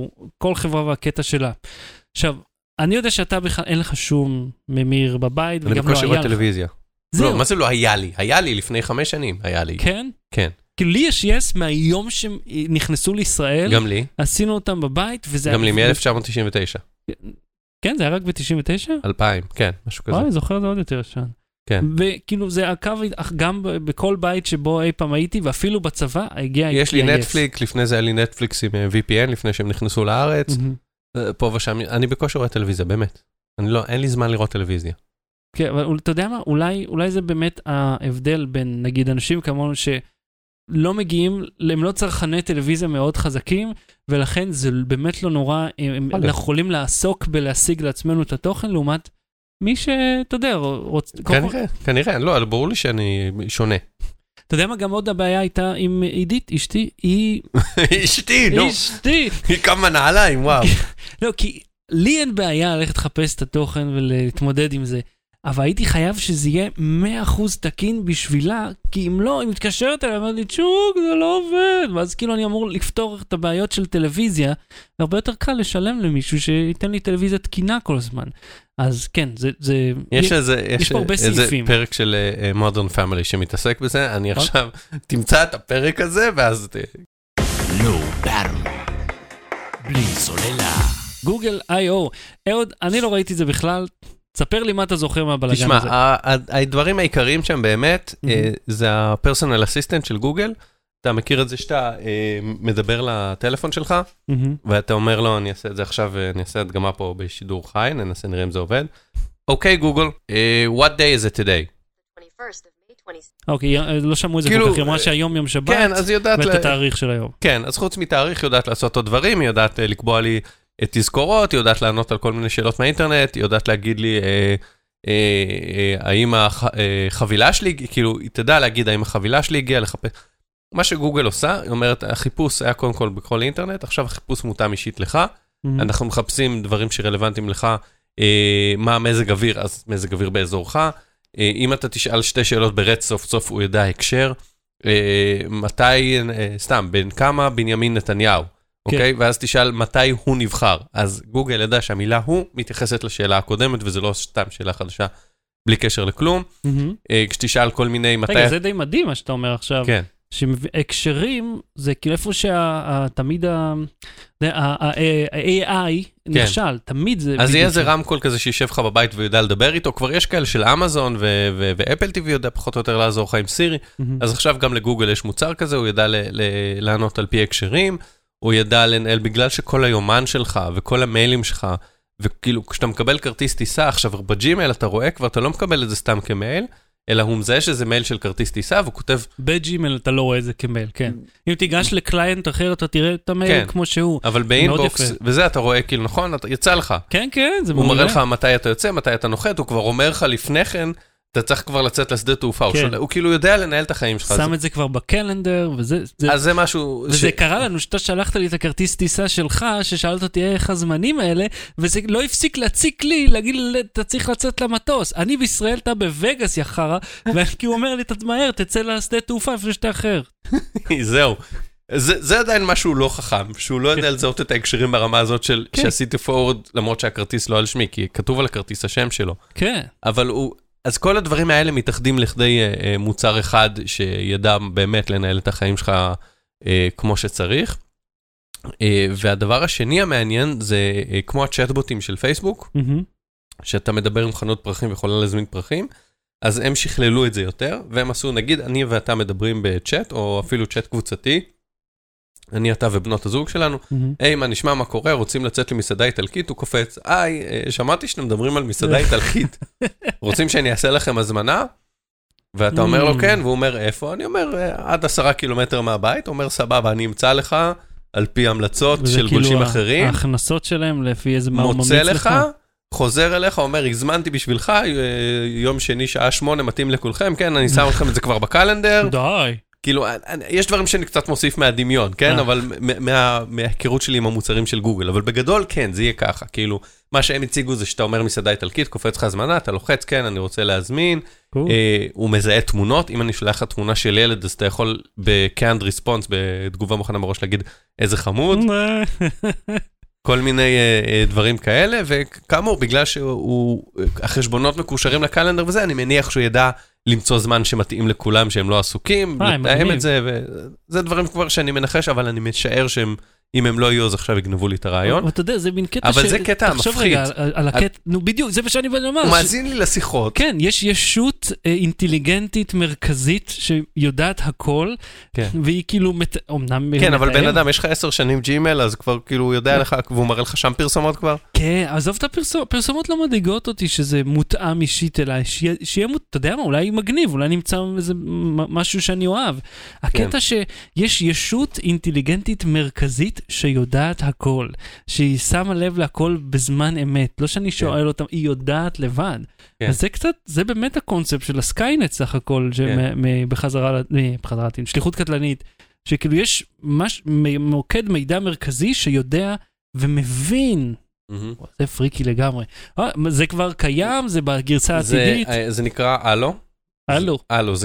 Speaker 1: כל חברה והקטע שלה. עכשיו, אני יודע שאתה בכלל אין לך שום ממיר בבית, וגם לא היה לך.
Speaker 2: אני בקושי רואה טלוויזיה. לא, מה זה לא היה לי? היה לי לפני 5 שנים, היה לי.
Speaker 1: כן?
Speaker 2: כן.
Speaker 1: כאילו לי יש יס מהיום שהם נכנסו לישראל.
Speaker 2: גם לי.
Speaker 1: עשינו אותם בבית, וזה...
Speaker 2: גם לי, מ-1999.
Speaker 1: כן, זה היה רק ב-99?
Speaker 2: 2000, כן, משהו כזה.
Speaker 1: אני זוכר זה עוד יותר ישן.
Speaker 2: כן.
Speaker 1: וכאילו זה הקו, גם בכל בית שבו אי פעם הייתי, ואפילו בצבא, הגיע...
Speaker 2: יש לי נטפליקס, לפני זה היה לי נטפליקס עם VPN, לפני שהם נכנסו לארץ. פה ושם, אני בקושי רואה טלוויזיה, באמת. אין לי זמן לראות טלוויזיה.
Speaker 1: כן, אבל אתה יודע מה? אולי זה באמת ההבדל בין, נגיד, אנשים כמונו שלא מגיעים, הם לא צרכני טלוויזיה מאוד חזקים, ולכן זה באמת לא נורא, אנחנו יכולים לעסוק בלהשיג לעצמנו את התוכן, לעומת מי שאתה יודע,
Speaker 2: כנראה, לא, אבל ברור לי שאני שונה.
Speaker 1: אתה יודע מה, גם עוד הבעיה הייתה עם עידית, אשתי,
Speaker 2: אשתי, נו.
Speaker 1: אשתי.
Speaker 2: היא כמה נעליים, וואו.
Speaker 1: לא, כי לי אין בעיה ללכת לחפש את התוכן ולהתמודד עם זה, אבל הייתי חייב שזה יהיה 100% תקין בשבילה, כי אם לא, היא מתקשרת אליי, אמרת לי, צ'וק, זה לא עובד, ואז כאילו אני אמור לפתור את הבעיות של טלוויזיה, והרבה יותר קל לשלם למישהו שייתן לי טלוויזיה תקינה כל הזמן. אז כן, יש פה הרבה סעיפים.
Speaker 2: איזה פרק של Modern Family שמתעסק בזה, אני עכשיו תמצא את הפרק הזה, ואז
Speaker 3: Low Battery, בלי סוללה.
Speaker 1: גוגל I.O. אהוד, אני לא ראיתי את זה בכלל, תספר לי מה אתה זוכר מהבלגן הזה.
Speaker 2: תשמע, הדברים העיקריים שם באמת, זה ה-Personal Assistant של גוגל, אתה מכיר את זה שאתה מדבר לטלפון שלך, ואתה אומר לו, אני אעשה את זה עכשיו, אני אעשה הדגמה פה בשידור חי, ננסה נראה אם זה עובד. אוקיי, גוגל, what day is it today?
Speaker 1: אוקיי, לא שמעו את זה כל כך, היא אמרה שהיום יום שבת, ואת התאריך של היום.
Speaker 2: כן, אז חוץ מתאריך, היא יודעת לעשות עוד דברים, היא יודעת לקבוע לי את תזכורות, היא יודעת לענות על כל מיני שאלות מהאינטרנט, היא יודעת להגיד לי האם החבילה שלי, כאילו, היא תדע להגיד האם החבילה שלי הגיעה לחפש. מה שגוגל עושה, היא אומרת, החיפוש היה קודם כל בכל האינטרנט, עכשיו החיפוש מותאם אישית לך, אנחנו מחפשים דברים שרלוונטיים לך, מה מזג אוויר, אז מזג אוויר באזורך, אם אתה תשאל שתי שאלות ברצף, סוף סוף הוא ידע הקשר, מתי, סתם, בין כמה בנימין נתניהו, אוקיי? ואז תשאל מתי הוא נבחר, אז גוגל ידע שהמילה הוא מתייחסת לשאלה הקודמת, וזה לא סתם שאלה חדשה, בלי קשר לכלום, כשתשאל כל מיני מתי...
Speaker 1: רגע, זה די מדהים מה שאתה אומר עכשיו.
Speaker 2: כן.
Speaker 1: שהקשרים, זה כאילו איפה שתמיד ה-AI נכשל, תמיד זה...
Speaker 2: אז יהיה איזה רמקול כזה שישב לך בבית ויודע לדבר איתו, כבר יש כאלה של אמזון ואפל TV יודע פחות או יותר לעזור לך עם סירי, אז עכשיו גם לגוגל יש מוצר כזה, הוא ידע לענות על פי הקשרים, הוא ידע לנהל בגלל שכל היומן שלך וכל המיילים שלך, וכאילו כשאתה מקבל כרטיס טיסה, עכשיו בג'ימייל אתה רואה כבר, אתה לא מקבל את זה סתם כמייל, אלא הוא מזהה שזה מייל של כרטיס טיסה, והוא כותב...
Speaker 1: בג'ימייל אתה לא רואה את זה כמייל, כן. אם תיגש לקליינט אחר, אתה תראה את המייל כמו שהוא.
Speaker 2: אבל באינבוקס, וזה אתה רואה, כאילו נכון, יצא לך.
Speaker 1: כן, כן, זה
Speaker 2: מעולה. הוא מראה לך מתי אתה יוצא, מתי אתה נוחת, הוא כבר אומר לך לפני כן, אתה צריך כבר לצאת לשדה תעופה, הוא כאילו יודע לנהל את החיים שלך.
Speaker 1: שם את זה כבר בקלנדר, וזה...
Speaker 2: אז זה משהו...
Speaker 1: וזה קרה לנו שאתה שלחת לי את הכרטיס טיסה שלך, ששאלת אותי איך הזמנים האלה, וזה לא הפסיק להציק לי, להגיד, אתה צריך לצאת למטוס. אני בישראל, אתה בווגאס יחרה, כי הוא אומר לי, אתה מהר, תצא לשדה תעופה, אפילו שאתה אחר.
Speaker 2: זהו. זה עדיין משהו לא חכם, שהוא לא יודע לזהות את ההקשרים ברמה הזאת שעשיתי פורוד, למרות שהכרטיס לא על שמי, כי כתוב על הכרטיס השם שלו.
Speaker 1: כן.
Speaker 2: אבל אז כל הדברים האלה מתאחדים לכדי מוצר אחד שידע באמת לנהל את החיים שלך כמו שצריך. והדבר השני המעניין זה כמו הצ'אטבוטים של פייסבוק, שאתה מדבר עם חנות פרחים ויכולה להזמין פרחים, אז הם שכללו את זה יותר, והם עשו, נגיד, אני ואתה מדברים בצ'אט, או אפילו צ'אט קבוצתי, אני, אתה ובנות הזוג שלנו, היי, מה נשמע, מה קורה, רוצים לצאת למסעדה איטלקית, הוא קופץ, שמעתי שאתם מדברים על מסעדה איטלקית, רוצים שאני אעשה לכם הזמנה? ואתה אומר לו כן, והוא אומר, איפה? אני אומר, עד 10 קילומטר מהבית, הוא אומר, סבבה, אני אמצא לך, על פי המלצות של גולשים אחרים.
Speaker 1: ההכנסות שלהם, לפי איזה מה הוא ממליץ לך?
Speaker 2: מוצא לך, חוזר אליך, אומר, הזמנתי בשבילך, יום שני, שעה 8, מתאים לכולכם, כן, אני שם לכם את זה כבר בקלנדר.
Speaker 1: די.
Speaker 2: כאילו, יש דברים שאני קצת מוסיף מהדמיון, כן? אבל מההיכרות שלי עם המוצרים של גוגל, אבל בגדול, כן, זה יהיה ככה. כאילו, מה שהם הציגו זה שאתה אומר מסעדה איטלקית, קופץ לך הזמנה, אתה לוחץ, כן, אני רוצה להזמין. הוא מזהה תמונות, אם אני שולח לך תמונה של ילד, אז אתה יכול ב-canned response, בתגובה מוכנה מראש להגיד, איזה חמוד. כל מיני דברים כאלה, וכאמור, בגלל שהחשבונות מקושרים לקלנדר וזה, אני מניח שהוא ידע למצוא זמן שמתאים לכולם, שהם לא עסוקים, לתאם את זה, וזה דברים כבר שאני מנחש, אבל אני משער שהם, אם הם לא יהיו, אז עכשיו יגנבו לי את הרעיון.
Speaker 1: אתה יודע, זה מין קטע
Speaker 2: אבל זה קטע מפחיד.
Speaker 1: תחשוב רגע על הקטע, נו בדיוק, זה מה שאני בא לומר.
Speaker 2: הוא מאזין לי לשיחות.
Speaker 1: כן, יש ישות אינטליגנטית מרכזית שיודעת הכל, והיא כאילו, אמנם...
Speaker 2: כן, אבל בן אדם, יש לך 10 שנים ג'ימייל, אז כבר כאילו הוא יודע לך, והוא מראה לך שם פרסומות כבר.
Speaker 1: כן. כן, עזוב את הפרסומות לא מדאיגות אותי שזה מותאם אישית אליי, שיהיה, אתה יודע מה, אולי מגניב, אולי נמצא איזה משהו שאני אוהב. הקטע שיש ישות אינטליגנטית מרכזית שיודעת הכל, שהיא שמה לב להכל בזמן אמת, לא שאני שואל אותם, היא יודעת לבד. אז זה קצת, זה באמת הקונספט של הסקיינט סך הכל, בחזרה, שליחות קטלנית, שכאילו יש מוקד מידע מרכזי שיודע ומבין. זה פריקי לגמרי. זה כבר קיים, זה בגרסה העתידית.
Speaker 2: זה נקרא אלו.
Speaker 1: אלו.
Speaker 2: אלו,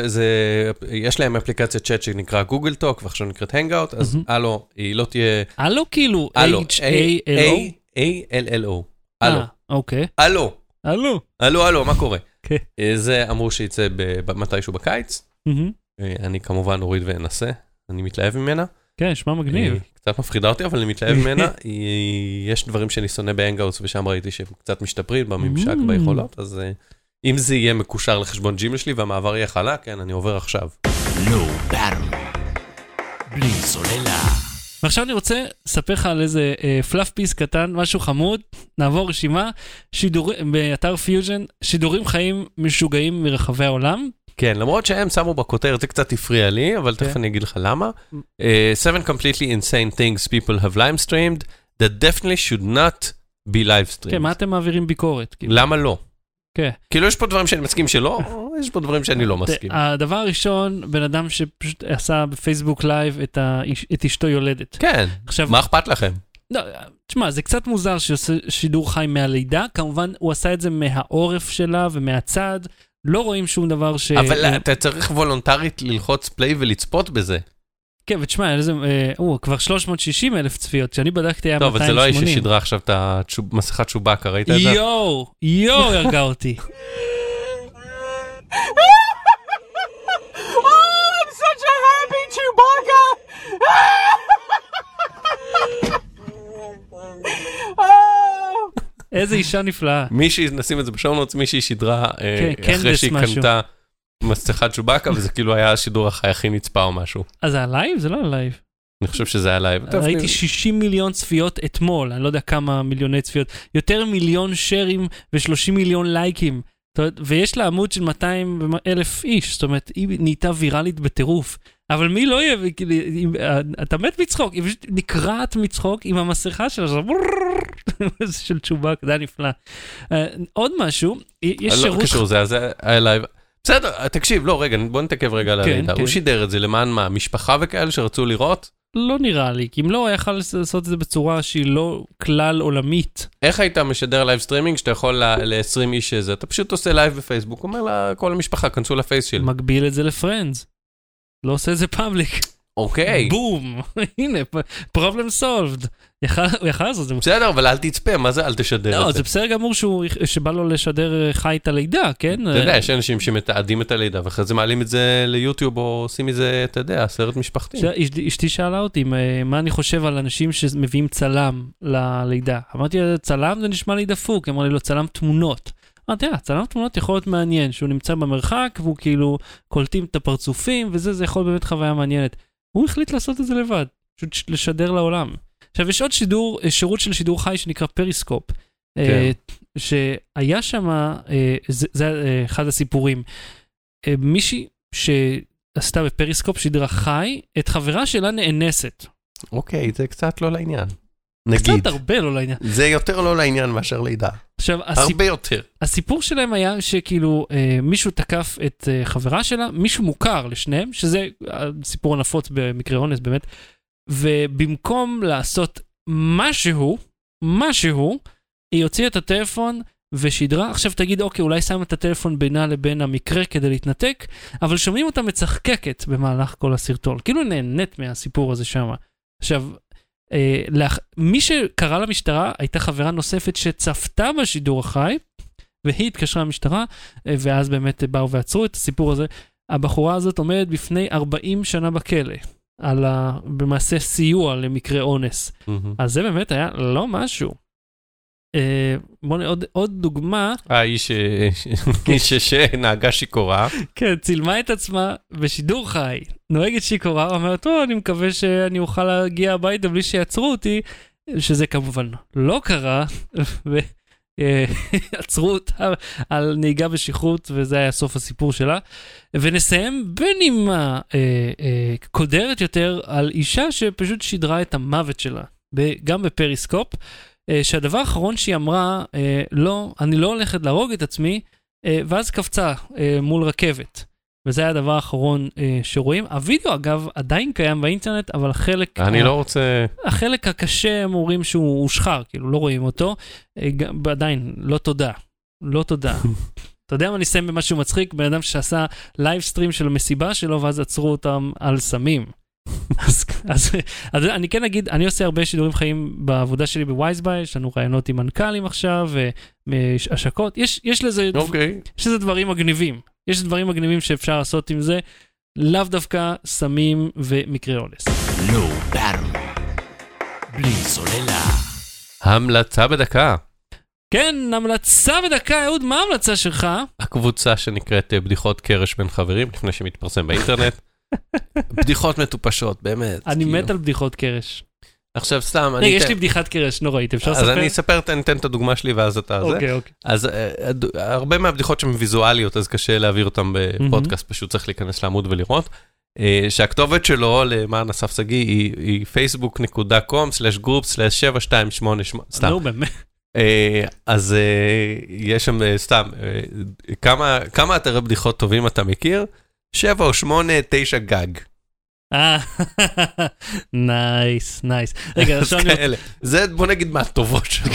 Speaker 2: יש להם אפליקציית צ'אט שנקרא גוגל טוק, ועכשיו נקראת הנגאוט, אז אלו, היא לא תהיה...
Speaker 1: אלו כאילו, H-A-L-O?
Speaker 2: A-L-L-O. אלו.
Speaker 1: אוקיי.
Speaker 2: אלו.
Speaker 1: אלו.
Speaker 2: אלו, מה קורה? זה אמרו שיצא מתישהו בקיץ. אני כמובן אוריד ואנסה, אני מתלהב ממנה.
Speaker 1: כן, שמה מגניב.
Speaker 2: קצת מפחידה אותי, אבל אני מתלהב ממנה. יש דברים שאני שונא בהנגאוטס, ושם ראיתי שהם קצת משתפרים בממשק, ביכולות, אז אם זה יהיה מקושר לחשבון ג'ימל שלי, והמעבר יהיה חלק, כן, אני עובר עכשיו.
Speaker 3: No battle. בלי סוללה.
Speaker 1: ועכשיו אני רוצה לספר לך על איזה פלאף פיס קטן, משהו חמוד, נעבור רשימה, באתר פיוז'ן, שידורים חיים משוגעים מרחבי העולם.
Speaker 2: כן, למרות שהם שמו בכותרת, זה קצת הפריע לי, אבל תכף אני אגיד לך למה. 7 completely insane things people have live streamed that definitely should not be live streamed.
Speaker 1: כן, מה אתם מעבירים ביקורת?
Speaker 2: למה לא?
Speaker 1: כן.
Speaker 2: כאילו יש פה דברים שאני מסכים שלא, או יש פה דברים שאני לא מסכים.
Speaker 1: הדבר הראשון, בן אדם שפשוט עשה בפייסבוק לייב את אשתו יולדת.
Speaker 2: כן, מה אכפת לכם?
Speaker 1: לא, תשמע, זה קצת מוזר שעושה שידור חי מהלידה, כמובן הוא עשה את זה מהעורף שלה ומהצד, לא רואים שום דבר ש...
Speaker 2: אבל אתה צריך וולונטרית ללחוץ פליי ולצפות בזה.
Speaker 1: כן, ותשמע, כבר 360,000 צפיות, כשאני בדקתי היה 280.
Speaker 2: טוב, אבל זה לא האיש ששידרה עכשיו את המסכת שובקה, ראית את זה?
Speaker 1: יואו, הרגע אותי.
Speaker 4: I'm such a happy Chewbacca!
Speaker 1: איזה אישה נפלאה.
Speaker 2: מישהי, נשים את זה בשעונות, מישהי שידרה אחרי שהיא קנתה מסכת שובקה, וזה כאילו היה השידור החי הכי נצפה או משהו.
Speaker 1: אז זה היה לייב? זה לא היה לייב.
Speaker 2: אני חושב שזה היה לייב.
Speaker 1: ראיתי 60 מיליון צפיות אתמול, אני לא יודע כמה מיליוני צפיות, יותר מיליון שרים ו30 מיליון לייקים, ויש לה עמוד של 200,000 איש, זאת אומרת, היא נהייתה ויראלית בטירוף, אבל מי לא יהיה, אתה מת מצחוק, היא פשוט נקרעת מצחוק עם המסכה שלה, של צ'ובק, זה היה נפלא. עוד משהו, יש שירות...
Speaker 2: לא קשור, זה היה לייב. בסדר, תקשיב, לא, רגע, בוא נתקב רגע על הלידה. הוא שידר את זה למען מה? משפחה וכאלה שרצו לראות?
Speaker 1: לא נראה לי, כי אם לא, היה יכול לעשות את זה בצורה שהיא לא כלל עולמית.
Speaker 2: איך היית משדר לייב סטרימינג שאתה יכול ל-20 איש שזה? אתה פשוט עושה לייב בפייסבוק, אומר לכל המשפחה, כנסו לפייס שלי.
Speaker 1: מגביל את זה לפרנדס. לא עושה את זה פאבליק.
Speaker 2: אוקיי.
Speaker 1: בום, הנה, problem solved. הוא יכל לעשות את זה.
Speaker 2: בסדר, אבל אל תצפה, מה זה אל תשדר את זה?
Speaker 1: לא, זה בסדר גמור שבא לו לשדר חי את הלידה, כן?
Speaker 2: אתה יודע, יש אנשים שמתעדים את הלידה, ואחרי זה מעלים את זה ליוטיוב, או עושים מזה, אתה יודע, סרט משפחתי.
Speaker 1: אשתי שאלה אותי, מה אני חושב על אנשים שמביאים צלם ללידה? אמרתי, צלם זה נשמע לי דפוק, אמר לי לו, צלם תמונות. אמרתי, צלם תמונות יכול להיות מעניין, שהוא נמצא במרחק, והוא כאילו קולטים את הפרצופים, וזה יכול באמת חוויה מעניינת. הוא החליט לעשות את זה לבד, פשוט לשדר לעולם. עכשיו, יש עוד שירות של שידור חי שנקרא פריסקופ, שהיה שם, זה אחד הסיפורים, מישהי שעשתה בפריסקופ שידרה חי, את חברה שלה נאנסת.
Speaker 2: אוקיי, זה קצת לא לעניין.
Speaker 1: קצת הרבה לא לעניין.
Speaker 2: זה יותר לא לעניין מאשר לידה.
Speaker 1: עכשיו,
Speaker 2: הרבה יותר.
Speaker 1: הסיפור שלהם היה שכאילו מישהו תקף את חברה שלה, מישהו מוכר לשניהם, שזה סיפור הנפוץ במקרה אונס באמת, ובמקום לעשות משהו, היא הוציאה את הטלפון ושידרה, עכשיו תגיד, אוקיי, אולי שם את הטלפון בינה לבין המקרה כדי להתנתק, אבל שומעים אותה מצחקקת במהלך כל הסרטון, כאילו נהנית מהסיפור הזה שם. עכשיו, מי שקרא למשטרה הייתה חברה נוספת שצפתה בשידור החי, והיא התקשרה למשטרה, ואז באמת באו ועצרו את הסיפור הזה. הבחורה הזאת עומדת בפני 40 שנה בכלא, על במעשה סיוע למקרה אונס. אז זה באמת היה לא משהו. בואו עוד דוגמה.
Speaker 2: האיש שנהגה שיקורה.
Speaker 1: כן, צילמה את עצמה בשידור חי. נוהגת שיקורה, אומרת, אני מקווה שאני אוכל להגיע הביתה בלי שיעצרו אותי. שזה כמובן לא קרה, ועצרו אותה על נהיגה בשכרות, וזה היה סוף הסיפור שלה. ונסיים בנימה קודרת יותר על אישה שפשוט שידרה את המוות שלה, גם בפריסקופ, שהדבר האחרון שהיא אמרה, לא, אני לא הולכת להרוג את עצמי, ואז קפצה מול רכבת. וזה היה הדבר האחרון שרואים. הווידאו, אגב, עדיין קיים באינטרנט, אבל
Speaker 2: אני לא רוצה...
Speaker 1: החלק הקשה, הם אומרים שהוא הושחר, כאילו, לא רואים אותו. עדיין, לא תודה. לא תודה. אתה יודע מה, אני אסיים במשהו מצחיק, בן אדם שעשה לייב סטרים של המסיבה שלו, ואז עצרו אותם על סמים. אז אני כן אגיד, אני עושה הרבה שידורים חיים בעבודה שלי בווייזביי, יש לנו רעיונות עם מנכ"לים עכשיו, והשקות, יש לזה דברים מגניבים. יש דברים מגניבים שאפשר לעשות עם זה, לאו דווקא סמים ומקרי אונס.
Speaker 3: לא ברם, בלי סוללה.
Speaker 2: המלצה בדקה.
Speaker 1: כן, המלצה בדקה, אהוד, מה ההמלצה שלך?
Speaker 2: הקבוצה שנקראת בדיחות קרש בין חברים, לפני שמתפרסם באינטרנט. בדיחות מטופשות, באמת.
Speaker 1: אני מת על בדיחות קרש.
Speaker 2: עכשיו סתם,
Speaker 1: יש לי בדיחת קרש נוראית, אפשר לספר?
Speaker 2: אז אני אספר, אתן את הדוגמה שלי ואז אתה זה.
Speaker 1: אוקיי.
Speaker 2: אז הרבה מהבדיחות שהן ויזואליות, אז קשה להעביר אותן בפודקאסט, פשוט צריך להיכנס לעמוד ולראות. שהכתובת שלו, למען אסף סגי, היא facebook.com/group/7288. סתם.
Speaker 1: נו, באמת.
Speaker 2: אז יש שם סתם, כמה אתרי בדיחות טובים אתה מכיר? 7 או 8, 9 גג.
Speaker 1: נייס. רגע, עכשיו אני...
Speaker 2: זה בוא נגיד מהטובות שלו.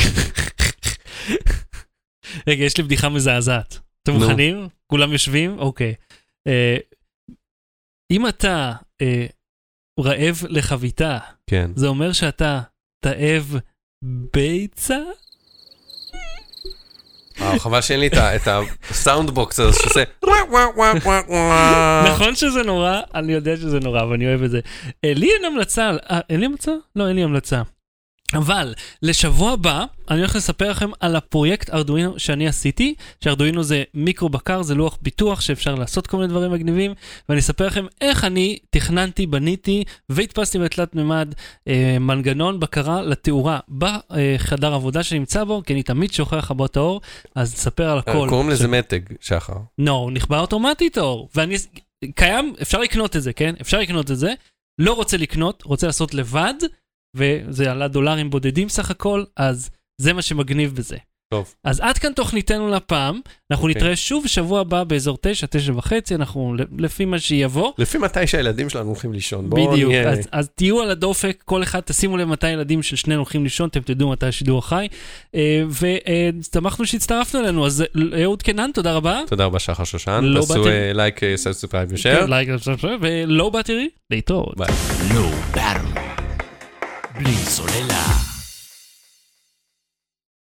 Speaker 1: רגע, יש לי בדיחה מזעזעת. אתם מוכנים? כולם יושבים? אוקיי. אם אתה רעב לחביתה, זה אומר שאתה תאב ביצה?
Speaker 2: חבל שאין לי את הסאונדבוקס הזה שעושה
Speaker 1: נכון שזה נורא, אני יודע שזה נורא ואני אוהב את זה. לי אין המלצה, אין לי המלצה? לא, אין לי המלצה. אבל לשבוע הבא אני הולך לספר לכם על הפרויקט ארדואינו שאני עשיתי, שארדואינו זה מיקרו בקר, זה לוח פיתוח שאפשר לעשות כל מיני דברים מגניבים, ואני אספר לכם איך אני תכננתי, בניתי והדפסתי בתלת ממד מנגנון בקרה לתאורה בחדר עבודה שנמצא בו, כי אני תמיד שוכח הבאות האור, אז נספר על הכל.
Speaker 2: קוראים לזה מתג, שחר.
Speaker 1: לא, נכבה אוטומטית אור, ואני קיים, אפשר לקנות את זה, כן? אפשר לקנות את זה, לא רוצה לקנות, רוצה לעשות לבד, וזה עלה דולרים בודדים סך הכל, אז זה מה שמגניב בזה.
Speaker 2: טוב.
Speaker 1: אז עד כאן תוכניתנו לפעם, אנחנו נתראה שוב שבוע הבא באזור 9:30, אנחנו לפי מה שיבוא.
Speaker 2: לפי מתי שהילדים שלנו הולכים לישון.
Speaker 1: בדיוק, אז תהיו על הדופק, כל אחד תשימו לב מתי הילדים של שנינו הולכים לישון, אתם תדעו מתי השידור החי, ושמחנו שהצטרפנו אלינו, אז אהוד קנן, תודה רבה.
Speaker 2: תודה רבה שחר שושן, תעשו לייק, סאבסקרייב ושאר.
Speaker 1: לייק, ולא באטרי, להתראות.
Speaker 2: ביי.
Speaker 3: לא ברם. בלי סוללה.